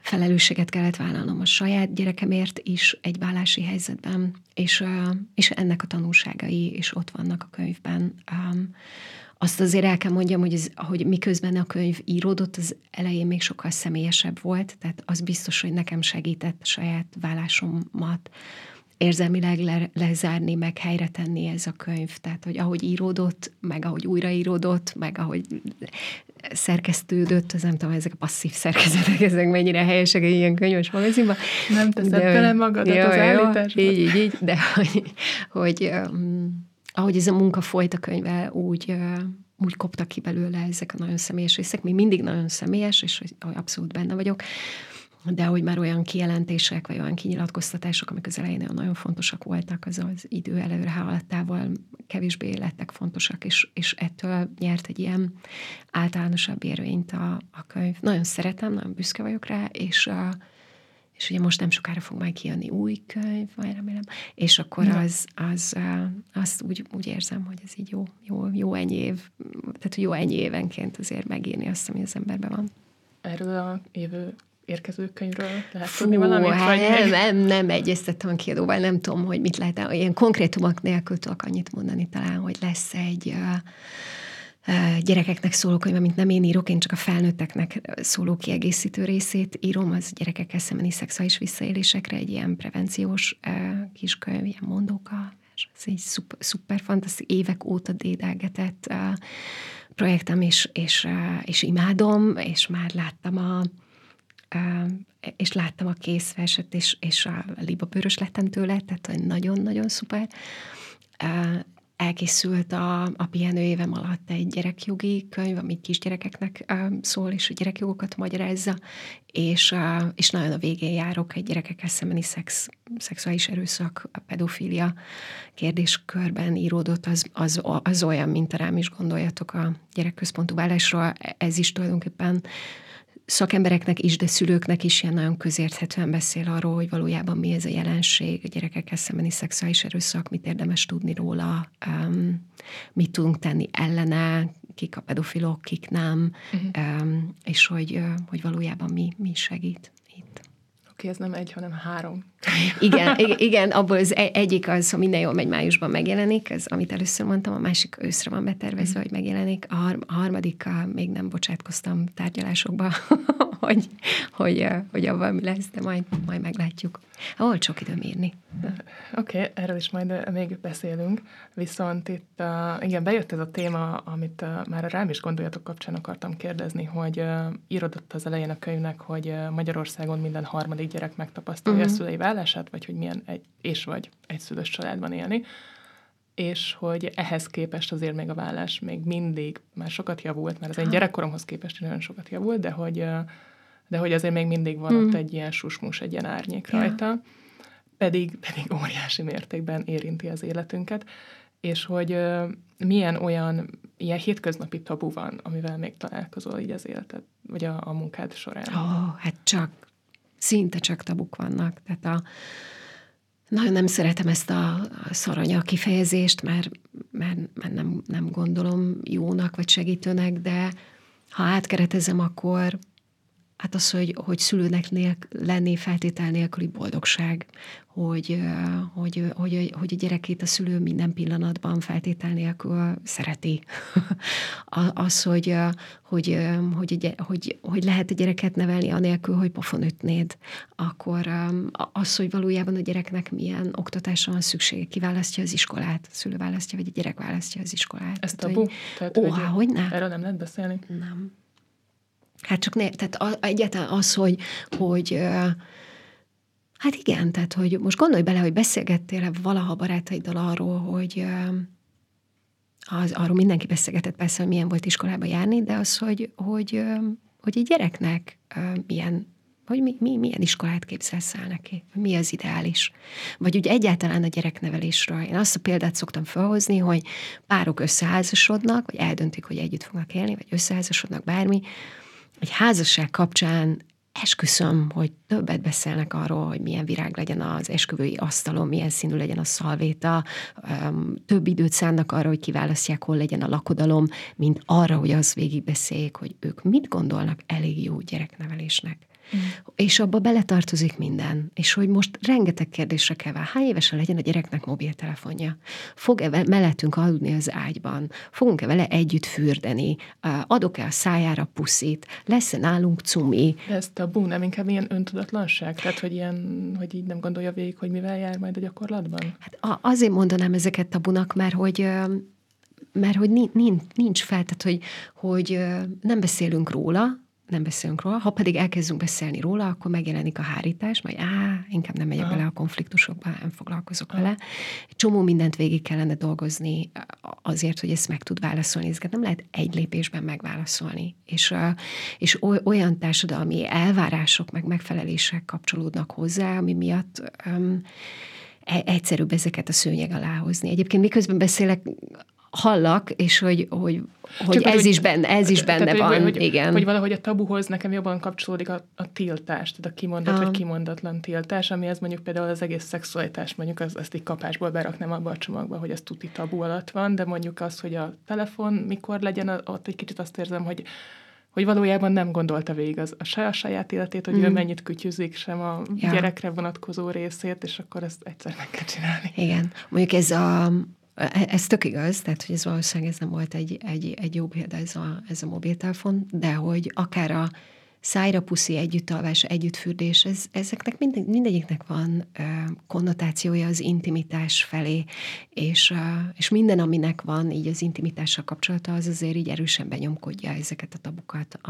felelősséget kellett vállalnom a saját gyerekemért is egy vállási helyzetben, és ennek a tanulságai is ott vannak a könyvben. Azt azért el kell mondjam, hogy miközben a könyv íródott, az elején még sokkal személyesebb volt, tehát az biztos, hogy nekem segített a saját vállásomat érzelmileg lezárni, meg helyre tenni ez a könyv. Tehát, hogy ahogy íródott, meg ahogy újraíródott, meg ahogy szerkesztődött, az nem tudom, ezek a passzív szerkezetek, ezek mennyire helyesek egy ilyen könyves magazinban. Nem teszed bele magadat az állításba. Így, de hogy ahogy ez a munka folyt a könyvvel, úgy koptak ki belőle ezek a nagyon személyes részek. Még mindig nagyon személyes, és hogy abszolút benne vagyok, de hogy már olyan kijelentések, vagy olyan kinyilatkoztatások, amik az elején nagyon fontosak voltak, az idő előre haladtával kevésbé lettek fontosak, és ettől nyert egy ilyen általánosabb érvényt a könyv. Nagyon szeretem, nagyon büszke vagyok rá, és ugye most nem sokára fog majd kijönni új könyv, majd remélem, és akkor azt úgy érzem, hogy ez így jó ennyi év, tehát jó ennyi évenként azért megírni azt, ami az emberben van. Erről a jövő érkező könyvről lehet tudni valamit? Nem egyeztettem a kiadóval, nem tudom, hogy mit lehet. Ilyen konkrétumok nélkül tudok annyit mondani talán, hogy lesz egy gyerekeknek szóló könyv, amit nem én írok, én csak a felnőtteknek szóló kiegészítő részét írom, az gyerekekkel szembeni szexuális visszaélésekre, egy ilyen prevenciós kiskönyv, ilyen mondóka, és ez egy szuper fantasztikus, évek óta dédelgetett projektem, és imádom, és már láttam a készverset, és a libabőrös lettem tőle, tehát nagyon-nagyon szuper. Elkészült a pihenő évem alatt egy gyerekjogi könyv, ami kisgyerekeknek szól, és a gyerekjogokat magyarázza, és nagyon a végén járok egy gyerekekkel szembeni szexuális erőszak, a pedofília kérdéskörben íródott, az olyan, mint a Rám is gondoljatok a gyerekközpontú vállásról. Ez is tulajdonképpen szakembereknek is, de szülőknek is ilyen nagyon közérthetően beszél arról, hogy valójában mi ez a jelenség, a gyerekekkel szembeni szexuális erőszak, mit érdemes tudni róla, mit tudunk tenni ellene, kik a pedofilok, kik nem, és hogy valójában mi segít itt. Oké, ez nem egy, hanem 3. Igen, abból az egyik az, ha minden jól megy, májusban megjelenik, ez, amit először mondtam, a másik őszre van betervezve, hogy megjelenik, a harmadikkal még nem bocsátkoztam tárgyalásokba, hogy abban mi lesz, de majd meglátjuk. Volt sok időm írni. Oké, erről is majd még beszélünk, viszont itt igen, bejött ez a téma, amit már a Rám is gondoljatok kapcsán akartam kérdezni, hogy írodott az elején a könyvnek, hogy Magyarországon minden harmadik gyerek megtapasztalja a szülei vállását, vagy hogy milyen vagy egyszülős családban élni, és hogy ehhez képest azért még a vállás még mindig már sokat javult, mert az én gyerekkoromhoz képest nagyon sokat javult, de hogy azért még mindig van ott egy ilyen susmus, egy ilyen árnyék rajta, pedig óriási mértékben érinti az életünket, és hogy milyen olyan ilyen hétköznapi tabu van, amivel még találkozol így az életed, vagy a munkád során. Hát szinte csak tabuk vannak. Tehát nagyon nem szeretem ezt a szaranya kifejezést, mert nem gondolom jónak vagy segítőnek, de ha átkeretezem, akkor hát az, hogy szülőnek lenni feltétel nélküli boldogság, hogy a gyerekét a szülő minden pillanatban feltétel nélkül szereti. Az, hogy lehet a gyereket nevelni anélkül, hogy pofon ütnéd, akkor az, hogy valójában a gyereknek milyen oktatásra van szüksége, ki választja az iskolát, a szülő választja, vagy a gyerek választja az iskolát. Ez tabu? Hogy nem? Erről nem lehet beszélni? Nem. Hát csak tehát egyáltalán az, hogy hát igen, tehát hogy most gondolj bele, hogy beszélgettél valaha barátaiddal arról, hogy arról mindenki beszélgetett persze, hogy milyen volt iskolába járni, de az, hogy egy gyereknek milyen iskolát képzelsz el neki, mi az ideális. Vagy úgy egyáltalán a gyereknevelésről. Én azt a példát szoktam felhozni, hogy párok összeházasodnak, vagy eldöntik, hogy együtt fognak élni, vagy összeházasodnak bármi. Egy házasság kapcsán esküszöm, hogy többet beszélnek arról, hogy milyen virág legyen az esküvői asztalon, milyen színű legyen a szalvéta, több időt szánnak arra, hogy kiválasztják, hol legyen a lakodalom, mint arra, hogy azt végigbeszéljék, hogy ők mit gondolnak elég jó gyereknevelésnek. És abba beletartozik minden. És hogy most rengeteg kérdésre kell vár. Hány évesen legyen a gyereknek mobiltelefonja? Fog-e mellettünk aludni az ágyban? Fogunk-e vele együtt fürdeni? Adok-e a szájára puszit? Lesz-e nálunk cumi? De ez tabu, nem inkább ilyen öntudatlanság? Tehát, hogy így nem gondolja végig, hogy mivel jár majd a gyakorlatban? Hát azért mondanám ezeket tabunak, mert hogy nincs fel, tehát hogy nem beszélünk róla, ha pedig elkezdünk beszélni róla, akkor megjelenik a hárítás, majd inkább nem megyek bele a konfliktusokba, nem foglalkozok vele. Egy csomó mindent végig kellene dolgozni azért, hogy ezt meg tud válaszolni. Ezeket nem lehet egy lépésben megválaszolni. És olyan társadalmi elvárások, meg megfelelések kapcsolódnak hozzá, ami miatt egyszerűbb ezeket a szőnyeg alá hozni. Egyébként miközben beszélek, hallak, és hogy ez is benne van, igen. Hogy valahogy a tabuhoz nekem jobban kapcsolódik a tiltás, tehát a kimondott vagy kimondatlan tiltás, amihez mondjuk például az egész szexualitás, mondjuk ezt így kapásból beraknám abba a csomagba, hogy ez tuti tabu alatt van, de mondjuk az, hogy a telefon mikor legyen, ott egy kicsit azt érzem, hogy valójában nem gondolta végig a saját életét, hogy ő mennyit kütyüzik, sem a gyerekre vonatkozó részét, és akkor ezt egyszer meg kell csinálni. Igen. Mondjuk ez tök igaz, tehát hogy ez valószínűleg ez nem volt egy jó példa ez a mobiltelefon, de hogy akár a szájra puszi, együttalvás, együttfürdés, ezeknek mindegyiknek van konnotációja az intimitás felé, és minden, aminek van így az intimitással kapcsolata, az azért így erősen benyomkodja ezeket a tabukat,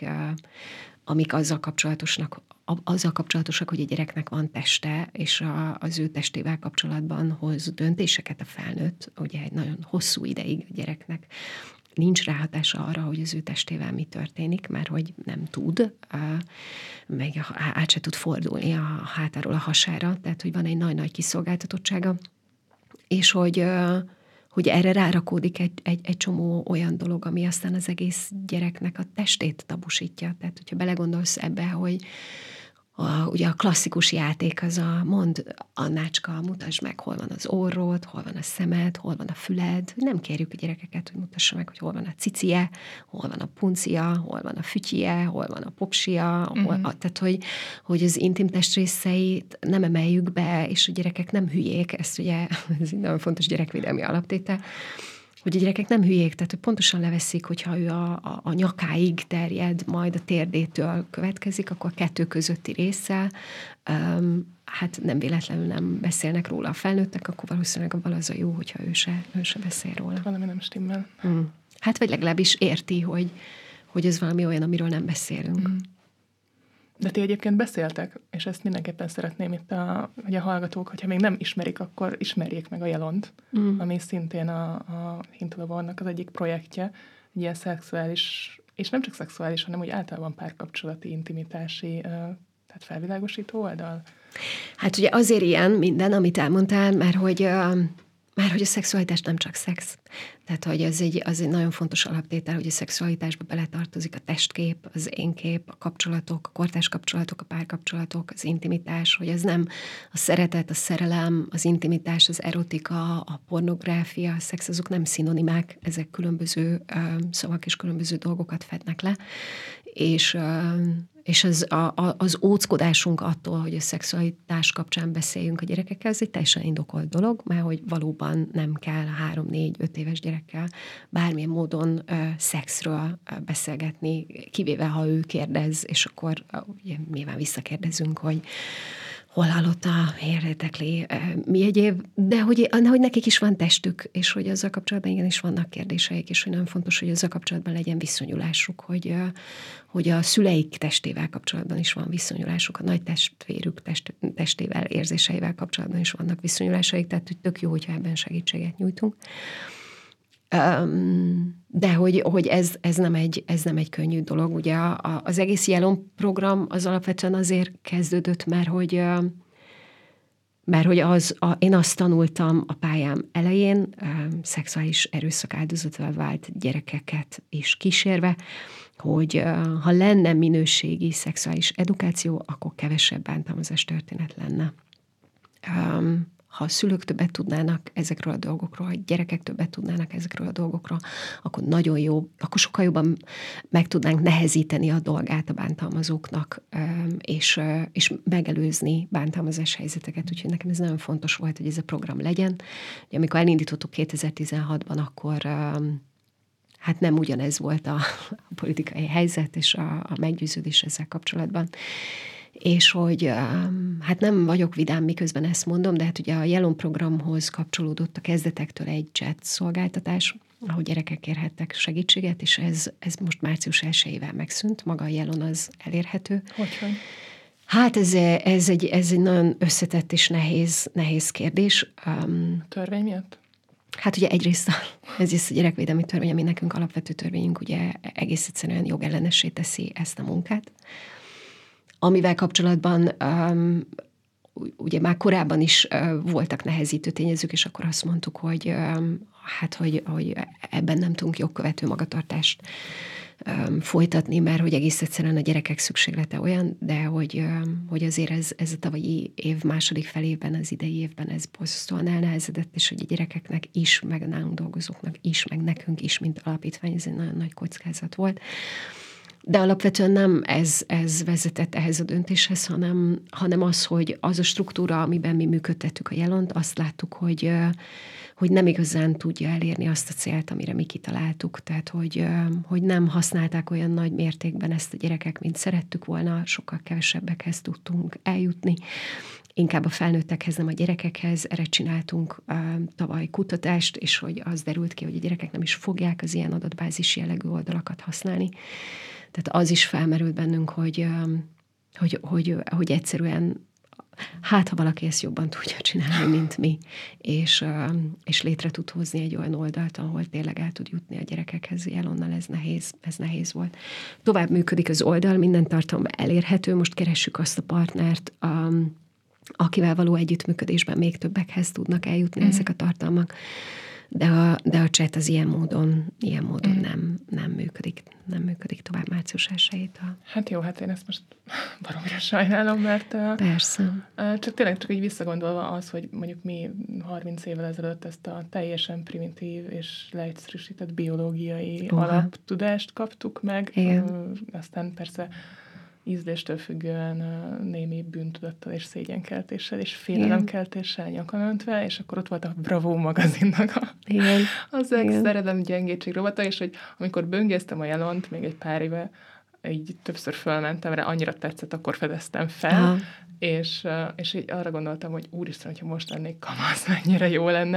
amik azzal kapcsolatosak, hogy a gyereknek van teste, és az ő testével kapcsolatban hoz döntéseket a felnőtt, ugye egy nagyon hosszú ideig a gyereknek nincs ráhatása arra, hogy az ő testével mi történik, mert hogy nem tud, meg át se tud fordulni a hátáról a hasára, tehát hogy van egy nagy-nagy kiszolgáltatottsága, és hogy erre rárakódik egy csomó olyan dolog, ami aztán az egész gyereknek a testét tabusítja. Tehát, hogyha belegondolsz ebbe, hogy ugye a klasszikus játék az mond, Annácska, mutasd meg, hol van az orrod, hol van a szemed, hol van a füled. Nem kérjük a gyerekeket, hogy mutassa meg, hogy hol van a cicie, hol van a puncia, hol van a fütyje, hol van a popsia, tehát, hogy az intim testrészeit nem emeljük be, és a gyerekek nem hülyék, ezt ugye, ez egy nagyon fontos gyerekvédelmi alaptétel, hogy a gyerekek nem hülyék, tehát hogy pontosan leveszik, hogyha ő a nyakáig terjed, majd a térdétől következik, akkor a kettő közötti résszel, hát nem véletlenül nem beszélnek róla a felnőttek, akkor valószínűleg abban az a jó, hogyha ő se beszél róla. Valami nem stimmel. Hát vagy legalábbis érti, hogy ez valami olyan, amiről nem beszélünk. De ti egyébként beszéltek, és ezt mindenképpen szeretném itt, hogy a hallgatók, hogyha még nem ismerik, akkor ismerjék meg a Jelont, ami szintén a Hintulabornak az egyik projektje, egy ilyen szexuális, és nem csak szexuális, hanem úgy általában párkapcsolati, intimitási, tehát felvilágosító oldal. Hát ugye azért ilyen minden, amit elmondtál, mert hogy a szexualitás nem csak szex. Tehát, hogy az egy nagyon fontos alaptétel, hogy a szexualitásba beletartozik a testkép, az énkép, a kapcsolatok, a kortárs kapcsolatok, a párkapcsolatok, az intimitás, hogy ez nem a szeretet, a szerelem, az intimitás, az erotika, a pornográfia, a szex, azok nem szinonimák, ezek különböző szavak és különböző dolgokat fednek le, és az óckodásunk attól, hogy a szexualitás kapcsán beszéljünk a gyerekekkel, ez egy teljesen indokolt dolog, mert hogy valóban nem kell 3-4-5 éves gyerekkel bármilyen módon szexről beszélgetni, kivéve ha ő kérdez, és akkor ugye, nyilván visszakérdezünk, hogy hol hallotta, érdekli, mi egyéb, de hogy nekik is van testük, és hogy azzal kapcsolatban igenis vannak kérdéseik, és hogy nagyon fontos, hogy azzal kapcsolatban legyen viszonyulásuk, hogy a szüleik testével kapcsolatban is van viszonyulásuk, a nagy testvérük testével, érzéseivel kapcsolatban is vannak viszonyulásaik, tehát hogy tök jó, hogyha ebben segítséget nyújtunk. De hogy ez nem egy könnyű dolog. Ugye az egész Jelon program az alapvetően azért kezdődött, mert hogy én azt tanultam a pályám elején, szexuális erőszak áldozatával vált gyerekeket is kísérve, hogy ha lenne minőségi szexuális edukáció, akkor kevesebb bántalmazás történet lenne. ha a szülők többet tudnának ezekről a dolgokról, ha a gyerekek többet tudnának ezekről a dolgokról, akkor nagyon jó, akkor sokkal jobban meg tudnánk nehezíteni a dolgát a bántalmazóknak, és megelőzni bántalmazás helyzeteket. Úgyhogy nekem ez nagyon fontos volt, hogy ez a program legyen. Ugye, amikor elindítottuk 2016-ban, akkor hát nem ugyanez volt a politikai helyzet és a meggyőződés ezzel kapcsolatban. És hogy hát nem vagyok vidám, miközben ezt mondom, de hát ugye a Jelon programhoz kapcsolódott a kezdetektől egy chat szolgáltatás, ahol gyerekek kérhettek segítséget, és ez most március 1-ével megszűnt, maga a Jelon az elérhető. Hogyhogy? Hát ez egy nagyon összetett és nehéz kérdés. A törvény miatt? Hát ugye egyrészt ez is a gyerekvédelmi törvény, ami nekünk alapvető törvényünk, ugye egész egyszerűen jogellenessé teszi ezt a munkát. Amivel kapcsolatban ugye már korábban is voltak nehezítő tényezők, és akkor azt mondtuk, hogy hogy ebben nem tudunk jogkövető magatartást folytatni, mert hogy egész egyszerűen a gyerekek szükséglete olyan, de hogy azért ez a tavalyi év második felében, az idei évben ez borzasztóan elnehezedett, és hogy a gyerekeknek is, meg nálunk dolgozóknak is, meg nekünk is, mint alapítvány, ez egy nagyon nagy kockázat volt. De alapvetően nem ez vezetett ehhez a döntéshez, hanem az, hogy az a struktúra, amiben mi működtettük a Jelont, azt láttuk, hogy nem igazán tudja elérni azt a célt, amire mi kitaláltuk. Tehát, hogy nem használták olyan nagy mértékben ezt a gyerekek, mint szerettük volna, sokkal kevesebbekhez tudtunk eljutni. Inkább a felnőttekhez, nem a gyerekekhez. Erre csináltunk tavaly kutatást, és hogy az derült ki, hogy a gyerekek nem is fogják az ilyen adatbázis jellegű oldalakat használni. Tehát az is felmerült bennünk, hogy egyszerűen hát, ha valaki ezt jobban tudja csinálni, mint mi, és létre tud hozni egy olyan oldalt, ahol tényleg el tud jutni a gyerekekhez, Jelonnal ez nehéz volt. Tovább működik az oldal, minden tartalom elérhető, most keressük azt a partnert, akivel való együttműködésben még többekhez tudnak eljutni ezek a tartalmak. De a chat az ilyen módon nem működik tovább március 1-től. Hát jó, hát én ezt most baromira sajnálom, mert persze. Csak így visszagondolva az, hogy mondjuk mi 30 évvel ezelőtt ezt a teljesen primitív és leegyszerűsített biológiai alaptudást kaptuk meg. Aztán persze ízléstől függően némi bűntudattal és szégyenkeltéssel és félelemkeltéssel nyakon öntve, és akkor ott volt a Bravo magazinnak az ex-szerelem gyengétség rovata, és hogy amikor böngésztem a Jelont, még egy pár éve, így többször fölmentem rá, annyira tetszett, akkor fedeztem fel, és így arra gondoltam, hogy úristen, hogyha most lennék kamasz, mennyire jó lenne,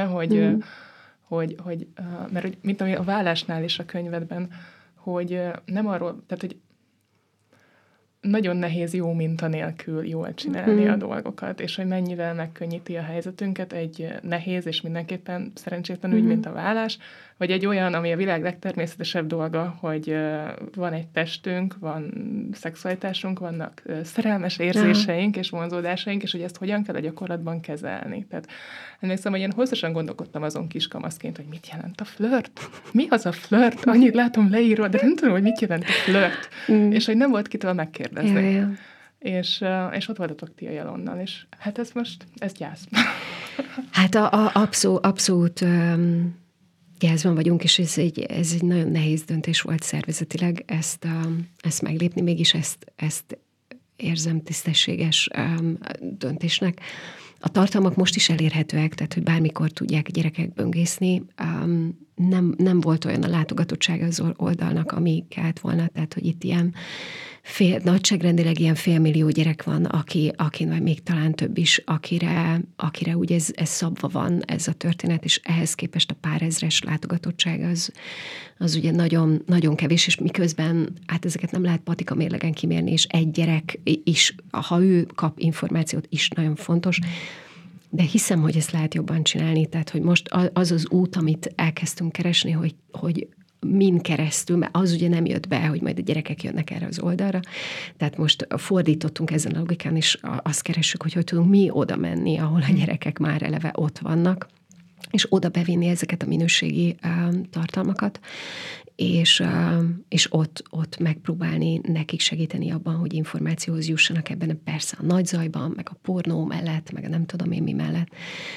mert mint ami a vállásnál is a könyvedben, hogy nem arról, tehát, hogy nagyon nehéz jó minta nélkül jól csinálni a dolgokat, és hogy mennyivel megkönnyíti a helyzetünket egy nehéz és mindenképpen szerencsétlen ügy, mint a vállás, vagy egy olyan, ami a világ legtermészetesebb dolga, hogy van egy testünk, van szexualitásunk, vannak szerelmes érzéseink és vonzódásaink, és hogy ezt hogyan kell a gyakorlatban kezelni. Tehát emlékszem, hogy én hosszasan gondolkodtam azon kiskamaszként, hogy mit jelent a flört? Mi az a flört? Annyit látom leírva, de nem tudom, hogy mit jelent a flört. És hogy nem volt kitől megkérdezni. És ott voltatok ti a Jelonnal, és hát ez gyász. Hát abszolút gyászban vagyunk, és ez egy nagyon nehéz döntés volt szervezetileg ezt meglépni, mégis ezt érzem tisztességes döntésnek. A tartalmak most is elérhetőek, tehát hogy bármikor tudják a gyerekek böngészni. Nem volt olyan a látogatottsága az oldalnak, ami kellett volna, tehát hogy itt ilyen nagyságrendileg ilyen 500 000 gyerek van, aki vagy még talán több is, akire úgy ez szabva van ez a történet, és ehhez képest a pár ezres látogatottság az ugye nagyon, nagyon kevés, és miközben hát ezeket nem lehet patika mérlegen kimérni, és egy gyerek is, ha ő kap információt, is nagyon fontos, de hiszem, hogy ezt lehet jobban csinálni, tehát hogy most az út, amit elkezdtünk keresni, hogy min keresztül, mert az ugye nem jött be, hogy majd a gyerekek jönnek erre az oldalra. Tehát most fordítottunk ezen a logikán, és azt keressük, hogy tudunk mi oda menni, ahol a gyerekek már eleve ott vannak. és oda bevinni ezeket a minőségi tartalmakat, és ott megpróbálni nekik segíteni abban, hogy információhoz jussanak ebben persze a nagy zajban, meg a pornó mellett, meg a nem tudom én mi mellett,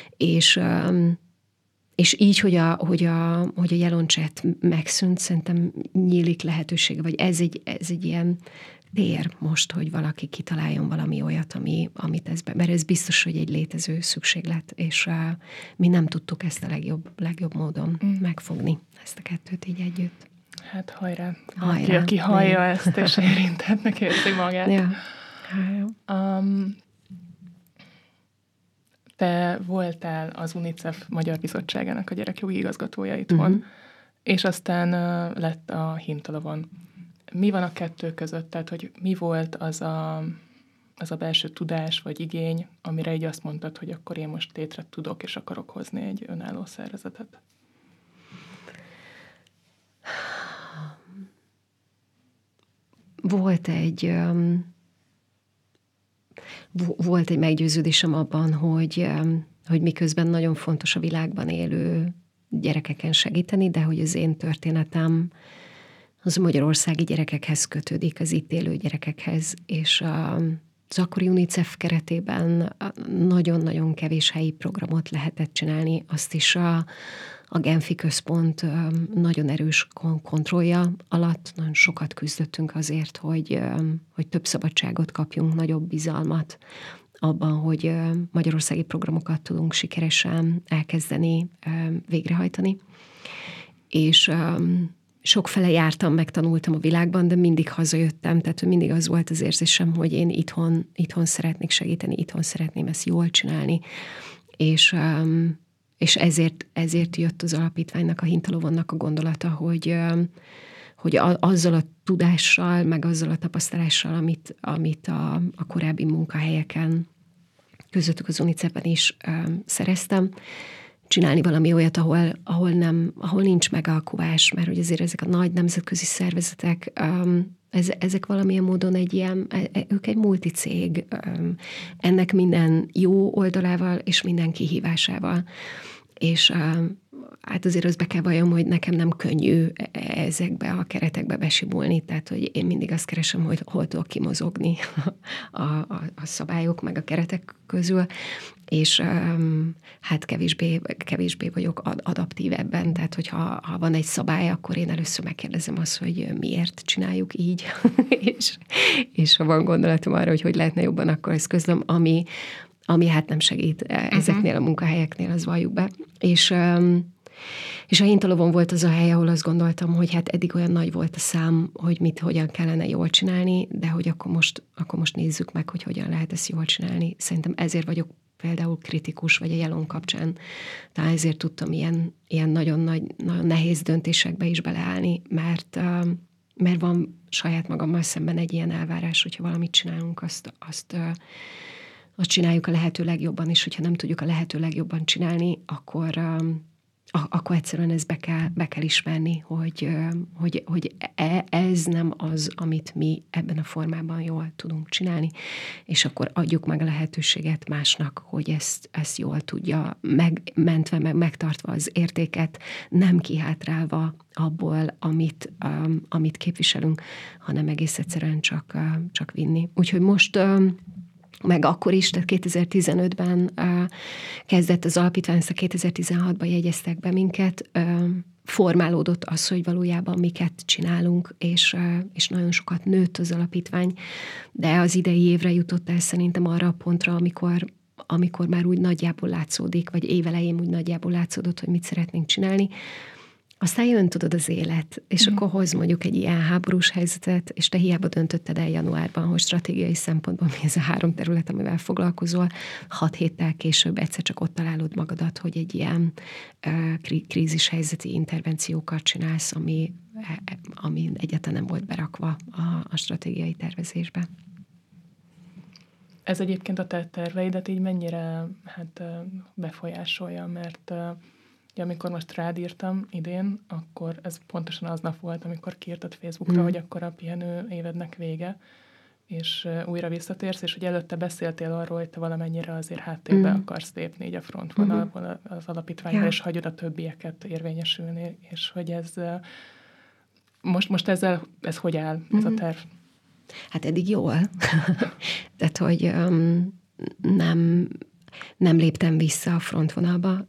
és így, hogy a Jelonchat megszűnt, szerintem nyílik lehetősége, vagy ez egy ilyen tér most, hogy valaki kitaláljon valami olyat, amit mert ez biztos, hogy egy létező szükséglet, és mi nem tudtuk ezt a legjobb módon megfogni, ezt a kettőt így együtt. Hát hajrá. Aki hallja ezt, és érintettnek érzi magát. Ja. Te voltál az UNICEF Magyar Bizottságának a gyerekjogi igazgatója itthon, és aztán lett a Hintalovon. Mi van a kettő között? Tehát, hogy mi volt az a belső tudás vagy igény, amire így azt mondtad, hogy akkor én most létre tudok és akarok hozni egy önálló szervezetet? Volt egy meggyőződésem abban, hogy miközben nagyon fontos a világban élő gyerekeken segíteni, de hogy az én történetem az a magyarországi gyerekekhez kötődik, az itt élő gyerekekhez, és az akkori UNICEF keretében nagyon-nagyon kevés helyi programot lehetett csinálni, azt is a Genfi központ nagyon erős kontrollja alatt nagyon sokat küzdöttünk azért, hogy több szabadságot kapjunk, nagyobb bizalmat abban, hogy magyarországi programokat tudunk sikeresen elkezdeni, végrehajtani. És sokfele jártam, megtanultam a világban, de mindig hazajöttem, tehát mindig az volt az érzésem, hogy én itthon szeretnék segíteni, itthon szeretném ezt jól csinálni. És ezért jött az alapítványnak, a Hintalovonnak a gondolata, hogy azzal a tudással, meg azzal a tapasztalással, amit a korábbi munkahelyeken, közöttük az UNICEF-ben is szereztem, csinálni valami olyat, ahol nincs megalkuvás, mert hogy azért ezek a nagy nemzetközi szervezetek, ezek valamilyen módon ők egy multicég, ennek minden jó oldalával és minden kihívásával. És hát azért azt be kell valljam, hogy nekem nem könnyű ezekbe a keretekbe besimulni, tehát hogy én mindig azt keresem, hogy hol tudok kimozogni a szabályok meg a keretek közül, és hát kevésbé vagyok adaptív ebben, tehát hogyha van egy szabály, akkor én először megkérdezem azt, hogy miért csináljuk így, és ha van gondolatom arra, hogy lehetne jobban, akkor ezt közlöm, ami hát nem segít ezeknél a munkahelyeknél, az valljuk be. És a Hintalovon volt az a hely, ahol azt gondoltam, hogy hát eddig olyan nagy volt a szám, hogy hogyan kellene jól csinálni, de hogy akkor most nézzük meg, hogy hogyan lehet ezt jól csinálni. Szerintem ezért vagyok például kritikus, vagy a Jelon kapcsán, talán ezért tudtam ilyen nagyon nehéz döntésekbe is beleállni, mert van saját magammal szemben egy ilyen elvárás, hogyha valamit csinálunk, azt csináljuk a lehető legjobban, és hogyha nem tudjuk a lehető legjobban csinálni, akkor egyszerűen ezt be kell ismerni, hogy ez nem az, amit mi ebben a formában jól tudunk csinálni, és akkor adjuk meg a lehetőséget másnak, hogy ezt jól tudja, megmentve, megtartva az értéket, nem kihátrálva abból, amit képviselünk, hanem egész egyszerűen csak vinni. Úgyhogy most meg akkor is, tehát 2015-ben kezdett az alapítvány, ezt a 2016-ban jegyeztek be minket, formálódott az, hogy valójában miket csinálunk, és nagyon sokat nőtt az alapítvány, de az idei évre jutott el szerintem arra a pontra, amikor már úgy nagyjából látszódik, vagy évelején úgy nagyjából látszódott, hogy mit szeretnénk csinálni. Aztán jön, tudod, az élet, és akkor hoz mondjuk egy ilyen háborús helyzetet, és te hiába döntötted el januárban, hogy stratégiai szempontból mi ez a 3 terület, amivel foglalkozol, 6 héttel később egyszer csak ott találod magadat, hogy egy ilyen krízis helyzeti intervenciókat csinálsz, ami egyáltalán nem volt berakva a stratégiai tervezésbe. Ez egyébként a te terveidet így mennyire befolyásolja, mert amikor most rád írtam idén, akkor ez pontosan aznap volt, amikor kiírtad Facebookra, hogy akkor a pihenő évednek vége, és újra visszatérsz, és hogy előtte beszéltél arról, hogy te valamennyire azért háttérbe akarsz lépni így a frontvonalból az alapítványra, és hagyod a többieket érvényesülni, és hogy ez most ez hogy áll, ez a terv? Hát eddig jól. Tehát, hogy nem léptem vissza a frontvonalba,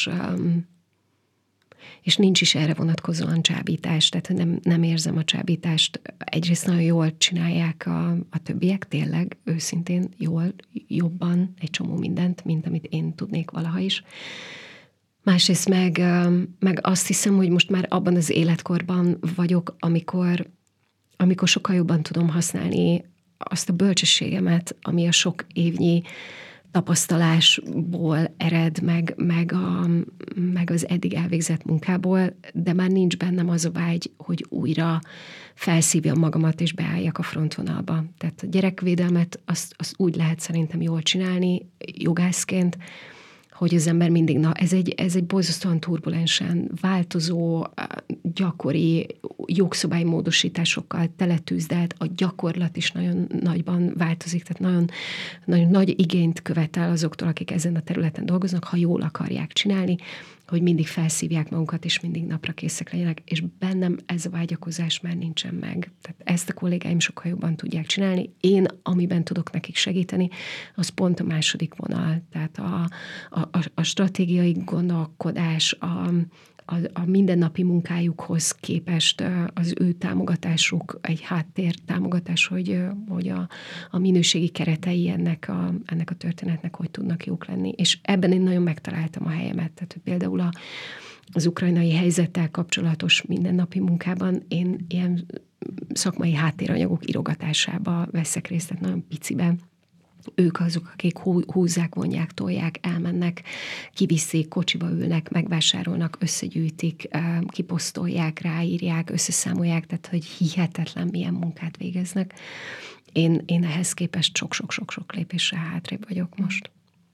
és nincs is erre vonatkozóan csábítás, tehát nem érzem a csábítást. Egyrészt nagyon jól csinálják a többiek, tényleg őszintén jobban egy csomó mindent, mint amit én tudnék valaha is. Másrészt meg azt hiszem, hogy most már abban az életkorban vagyok, amikor sokkal jobban tudom használni azt a bölcsességemet, ami a sok évnyi tapasztalásból ered, meg az eddig elvégzett munkából, de már nincs bennem az a vágy, hogy újra felszívjam magamat és beálljak a frontvonalba. Tehát a gyerekvédelmet azt úgy lehet szerintem jól csinálni jogászként, hogy az ember mindig, ez egy borzasztóan turbulensen változó, gyakori jogszabályi módosításokkal teletűzdelt, a gyakorlat is nagyon nagyban változik, tehát nagyon, nagyon nagy igényt követel azoktól, akik ezen a területen dolgoznak, ha jól akarják csinálni, hogy mindig felszívják magukat, és mindig napra készek legyenek, és bennem ez a vágyakozás már nincsen meg. Tehát ezt a kollégáim sokkal jobban tudják csinálni. Én, amiben tudok nekik segíteni, az pont a második vonal. Tehát a stratégiai gondolkodás, a mindennapi munkájukhoz képest az ő támogatásuk, egy háttér támogatás, hogy a minőségi keretei ennek a történetnek hogy tudnak jók lenni. És ebben én nagyon megtaláltam a helyemet. Tehát hogy például az ukrajnai helyzettel kapcsolatos mindennapi munkában én ilyen szakmai háttéranyagok írogatásába veszek részt, tehát nagyon piciben. Ők azok, akik húzzák, vonják, tolják, elmennek, kiviszik, kocsiba ülnek, megvásárolnak, összegyűjtik, kiposztolják, ráírják, összeszámolják, tehát hogy hihetetlen milyen munkát végeznek. Én ehhez képest sok-sok lépéssel hátrébb vagyok most.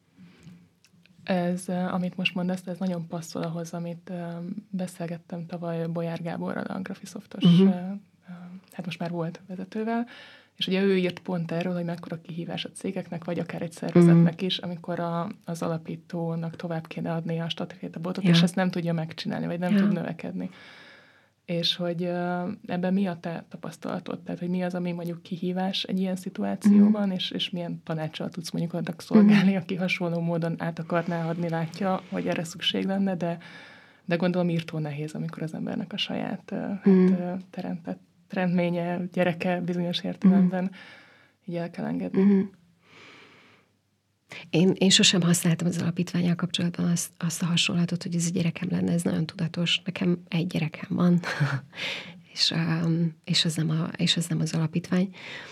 Ez, amit most mondasz, ez nagyon passzol ahhoz, amit beszélgettem tavaly Bolyár Gáborral, a Graphisoftos, hát most már volt vezetővel, és ugye ő írt pont erről, hogy mekkora kihívás a cégeknek, vagy akár egy szervezetnek is, amikor az alapítónak tovább kéne adni a stafétabotot, és ezt nem tudja megcsinálni, vagy nem tud növekedni. És hogy ebben mi a te tapasztalatod? Tehát, hogy mi az, ami mondjuk kihívás egy ilyen szituációban, és milyen tanácssal tudsz mondjuk annak szolgálni, aki hasonló módon át akarná adni, látja, hogy erre szükség lenne, de gondolom írtó nehéz, amikor az embernek a saját teremtménye, gyereke bizonyos értelemben így el kell engedni. Én sosem használtam az alapítvánnyal kapcsolatban azt a hasonlatot, hogy ez a gyerekem lenne, ez nagyon tudatos. Nekem egy gyerekem van, és az nem az alapítvány.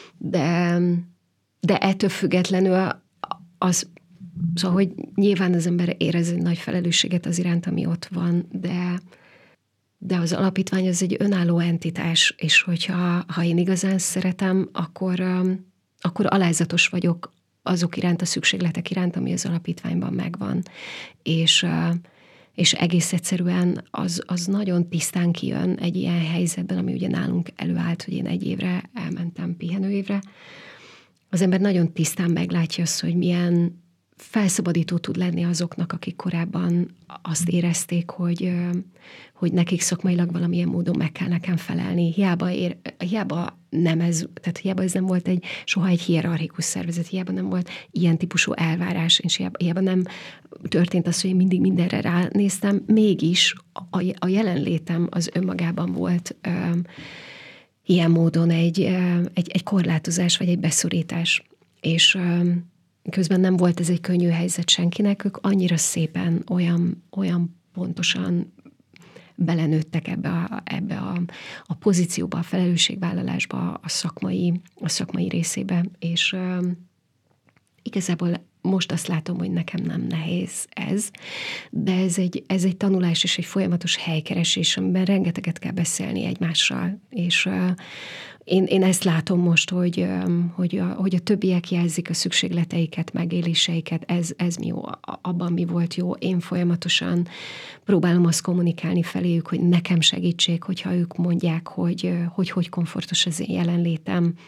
De ettől függetlenül szóval, hogy nyilván az ember érez egy nagy felelősséget az iránt, ami ott van, de az alapítvány az egy önálló entitás, és hogyha én igazán szeretem, akkor alázatos vagyok azok iránt, a szükségletek iránt, ami az alapítványban megvan. És egész egyszerűen az nagyon tisztán kijön egy ilyen helyzetben, ami ugye nálunk előállt, hogy én 1 évre elmentem pihenőévre. Az ember nagyon tisztán meglátja azt, hogy milyen felszabadító tud lenni azoknak, akik korábban azt érezték, hogy nekik szakmailag valamilyen módon meg kell nekem felelni. Hiába ez nem volt soha egy hierarchikus szervezet, hiába nem volt ilyen típusú elvárás, és hiába nem történt az, hogy én mindig mindenre ránéztem, mégis a jelenlétem az önmagában volt ilyen módon egy korlátozás, vagy egy beszorítás. És közben nem volt ez egy könnyű helyzet senkinek, ők annyira szépen, olyan pontosan belenőttek ebbe a pozícióba, a felelősségvállalásba, a szakmai részébe, és igazából most azt látom, hogy nekem nem nehéz ez, de ez egy tanulás és egy folyamatos helykeresés, amiben rengeteget kell beszélni egymással, és én ezt látom most, hogy a többiek jelzik a szükségleteiket, megéléseiket, ez mi jó, abban mi volt jó. Én folyamatosan próbálom azt kommunikálni feléjük, hogy nekem segítség, hogyha ők mondják, hogy komfortos az én jelenlétem,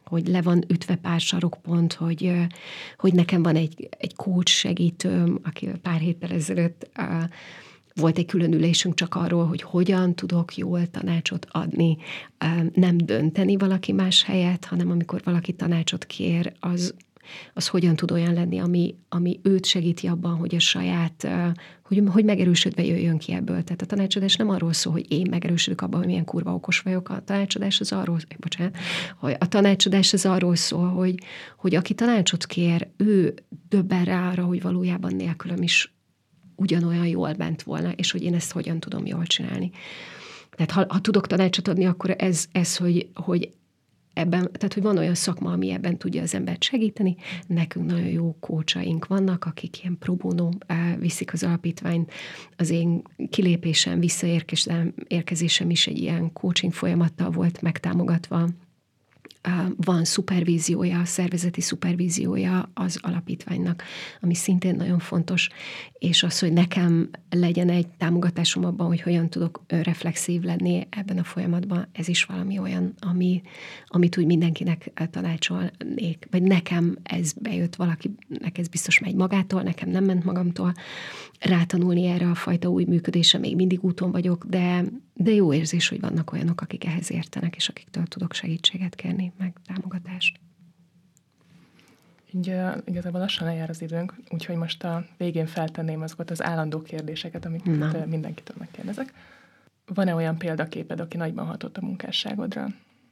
hogy le van ütve pár sarokpont, hogy nekem van egy coach segítőm, aki pár héttel ezelőtt volt egy külön ülésünk csak arról, hogy hogyan tudok jól tanácsot adni, nem dönteni valaki más helyett, hanem amikor valaki tanácsot kér, az hogyan tud olyan lenni, ami őt segíti abban, hogy a saját, hogy megerősödve jöjjön ki ebből. Tehát a tanácsadás nem arról szól, hogy én megerősödök abban, hogy milyen kurva okos vagyok. A tanácsadás az arról szól, hogy aki tanácsot kér, ő döbben rá arra, hogy valójában nélkülöm is ugyanolyan jól bent volna, és hogy én ezt hogyan tudom jól csinálni. Tehát ha tudok tanácsot adni, akkor ez hogy ebben, tehát hogy van olyan szakma, ami ebben tudja az embert segíteni. Nekünk nagyon jó coachaink vannak, akik ilyen pro bono viszik az alapítványt. Az én kilépésem, visszaérkezésem is egy ilyen coaching folyamattal volt megtámogatva. Van szupervíziója, szervezeti szupervíziója az alapítványnak, ami szintén nagyon fontos, és az, hogy nekem legyen egy támogatásom abban, hogy hogyan tudok önreflexív lenni ebben a folyamatban, ez is valami olyan, amit úgy mindenkinek tanácsolnék, vagy nekem ez bejött, valakinek ez biztos megy magától, nekem nem ment magamtól, rátanulni erre a fajta új működésre, még mindig úton vagyok, de jó érzés, hogy vannak olyanok, akik ehhez értenek, és akiktől tudok segítséget kérni, meg támogatást. Így igazából lassan eljár az időnk, úgyhogy most a végén feltenném azokat az állandó kérdéseket, amiket mindenkitől megkérdezek. Van-e olyan példaképed, aki nagyban hatott a munkásságodra?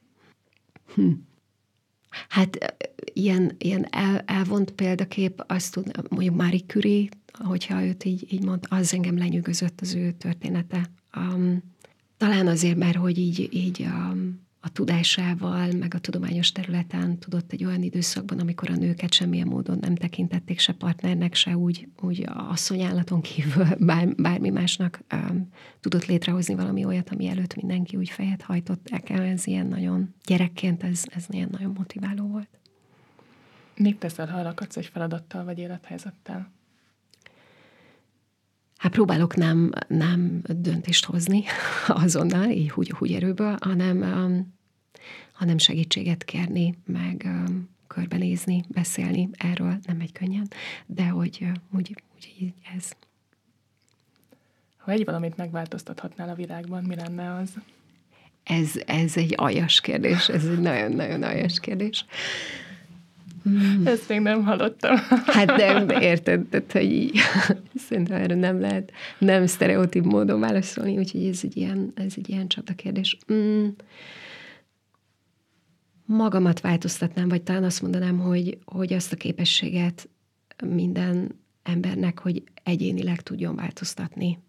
Hát ilyen elvont példakép, azt tudnám, mondjuk Marie Curie, hogyha őt így mond, az engem lenyűgözött az ő története. Talán azért, mert hogy így a tudásával, meg a tudományos területen tudott egy olyan időszakban, amikor a nőket semmilyen módon nem tekintették se partnernek, se úgy asszonyállaton kívül bármi másnak tudott létrehozni valami olyat, ami előtt mindenki úgy fejet hajtott. Ez ilyen nagyon, gyerekként ez ilyen nagyon motiváló volt. Mit teszel, ha elakadsz egy feladattal vagy élethelyzettel? Hát próbálok nem döntést hozni azonnal, így úgy erőből, hanem segítséget kérni, meg körbenézni, beszélni erről, nem megy könnyen, de hogy úgy ez. Ha egy valamit megváltoztathatnál a világban, mi lenne az? Ez egy aljas kérdés, ez egy nagyon-nagyon aljas kérdés. Ezt még nem hallottam. Hát de érted, tehát, hogy szerintem erre nem lehet nem sztereotíp módon válaszolni, úgyhogy ez egy ilyen csapdakérdés. Magamat változtatnám, vagy talán azt mondanám, hogy azt a képességet minden embernek, hogy egyénileg tudjon változtatni.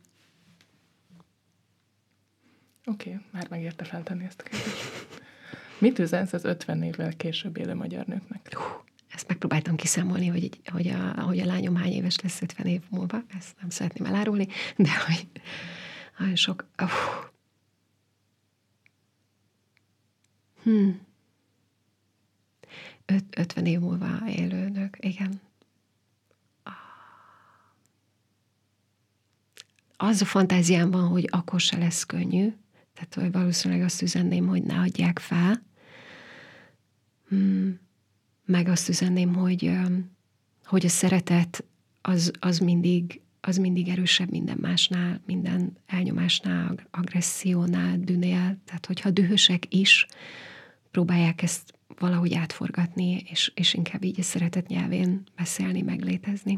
Oké, már megérte feltenni ezt a kérdést. Mit üzensz az 50 évvel később élő magyar nőknek? Ezt megpróbáltam kiszámolni, hogy a lányom hány éves lesz 50 év múlva. Ezt nem szeretném elárulni, de hogy nagyon sok... 50 év múlva élő nők, igen. Az a fantáziám van, hogy akkor se lesz könnyű, tehát hogy valószínűleg azt üzenném, hogy ne adják fel. Meg azt üzenném, hogy a szeretet az mindig erősebb minden másnál, minden elnyomásnál, agressziónál, dűnél. Tehát, hogyha dühösek is, próbálják ezt valahogy átforgatni, és inkább így a szeretet nyelvén beszélni, meglétezni.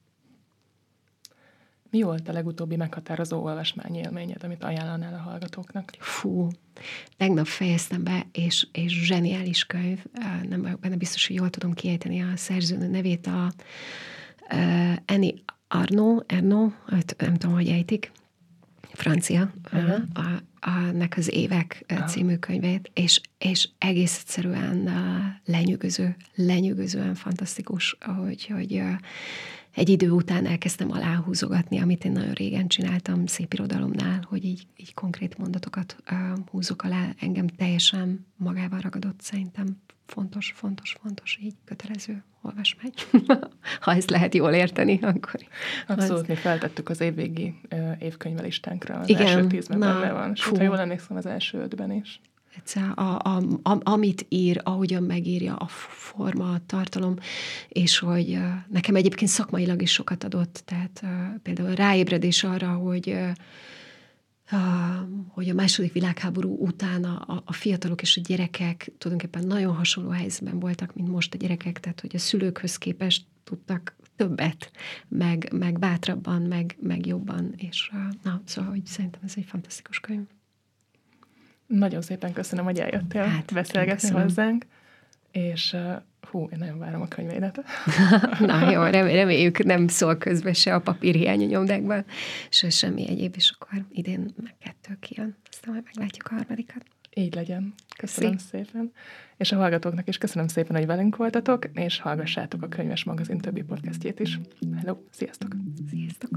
Mi volt a legutóbbi meghatározó olvasmányélményed, amit ajánlanál a hallgatóknak? Tegnap fejeztem be, és zseniális könyv, nem vagyok benne biztos, hogy jól tudom kiejteni a szerzőnő nevét, Annie Ernaux, nem tudom, hogy ejtik, francia, nek az Évek című könyvét, és egész egyszerűen lenyűgözően fantasztikus, hogy egy idő után elkezdtem aláhúzogatni, amit én nagyon régen csináltam szépirodalomnál, hogy így konkrét mondatokat húzok alá, engem teljesen magával ragadott, szerintem fontos, így kötelező olvasmány. Ha ezt lehet jól érteni, akkor... Abszolút, mi feltettük az évvégi évkönyvelistánkra, az első 10-ben benne van. Sőt, ha jól emlékszem, az első 5-ben is. Amit ír, ahogyan megírja, a forma, a tartalom, és hogy nekem egyébként szakmailag is sokat adott, tehát például ráébredés arra, hogy a második világháború után a fiatalok és a gyerekek tulajdonképpen nagyon hasonló helyzetben voltak, mint most a gyerekek, tehát hogy a szülőkhöz képest tudtak többet, meg bátrabban, meg jobban, és szóval, hogy szerintem ez egy fantasztikus könyv. Nagyon szépen köszönöm, hogy eljöttél beszélgetni hozzánk, és én nagyon várom a könyveidet. Na jó, reméljük nem szól közben se a papírhiány a nyomdákban, se semmi egyéb, és akkor idén meg 2 kijön, aztán majd meglátjuk a 3. Így legyen. Köszönöm szépen. És a hallgatóknak is köszönöm szépen, hogy velünk voltatok, és hallgassátok a Könyves Magazin többi podcastjét is. Hello, sziasztok! Sziasztok!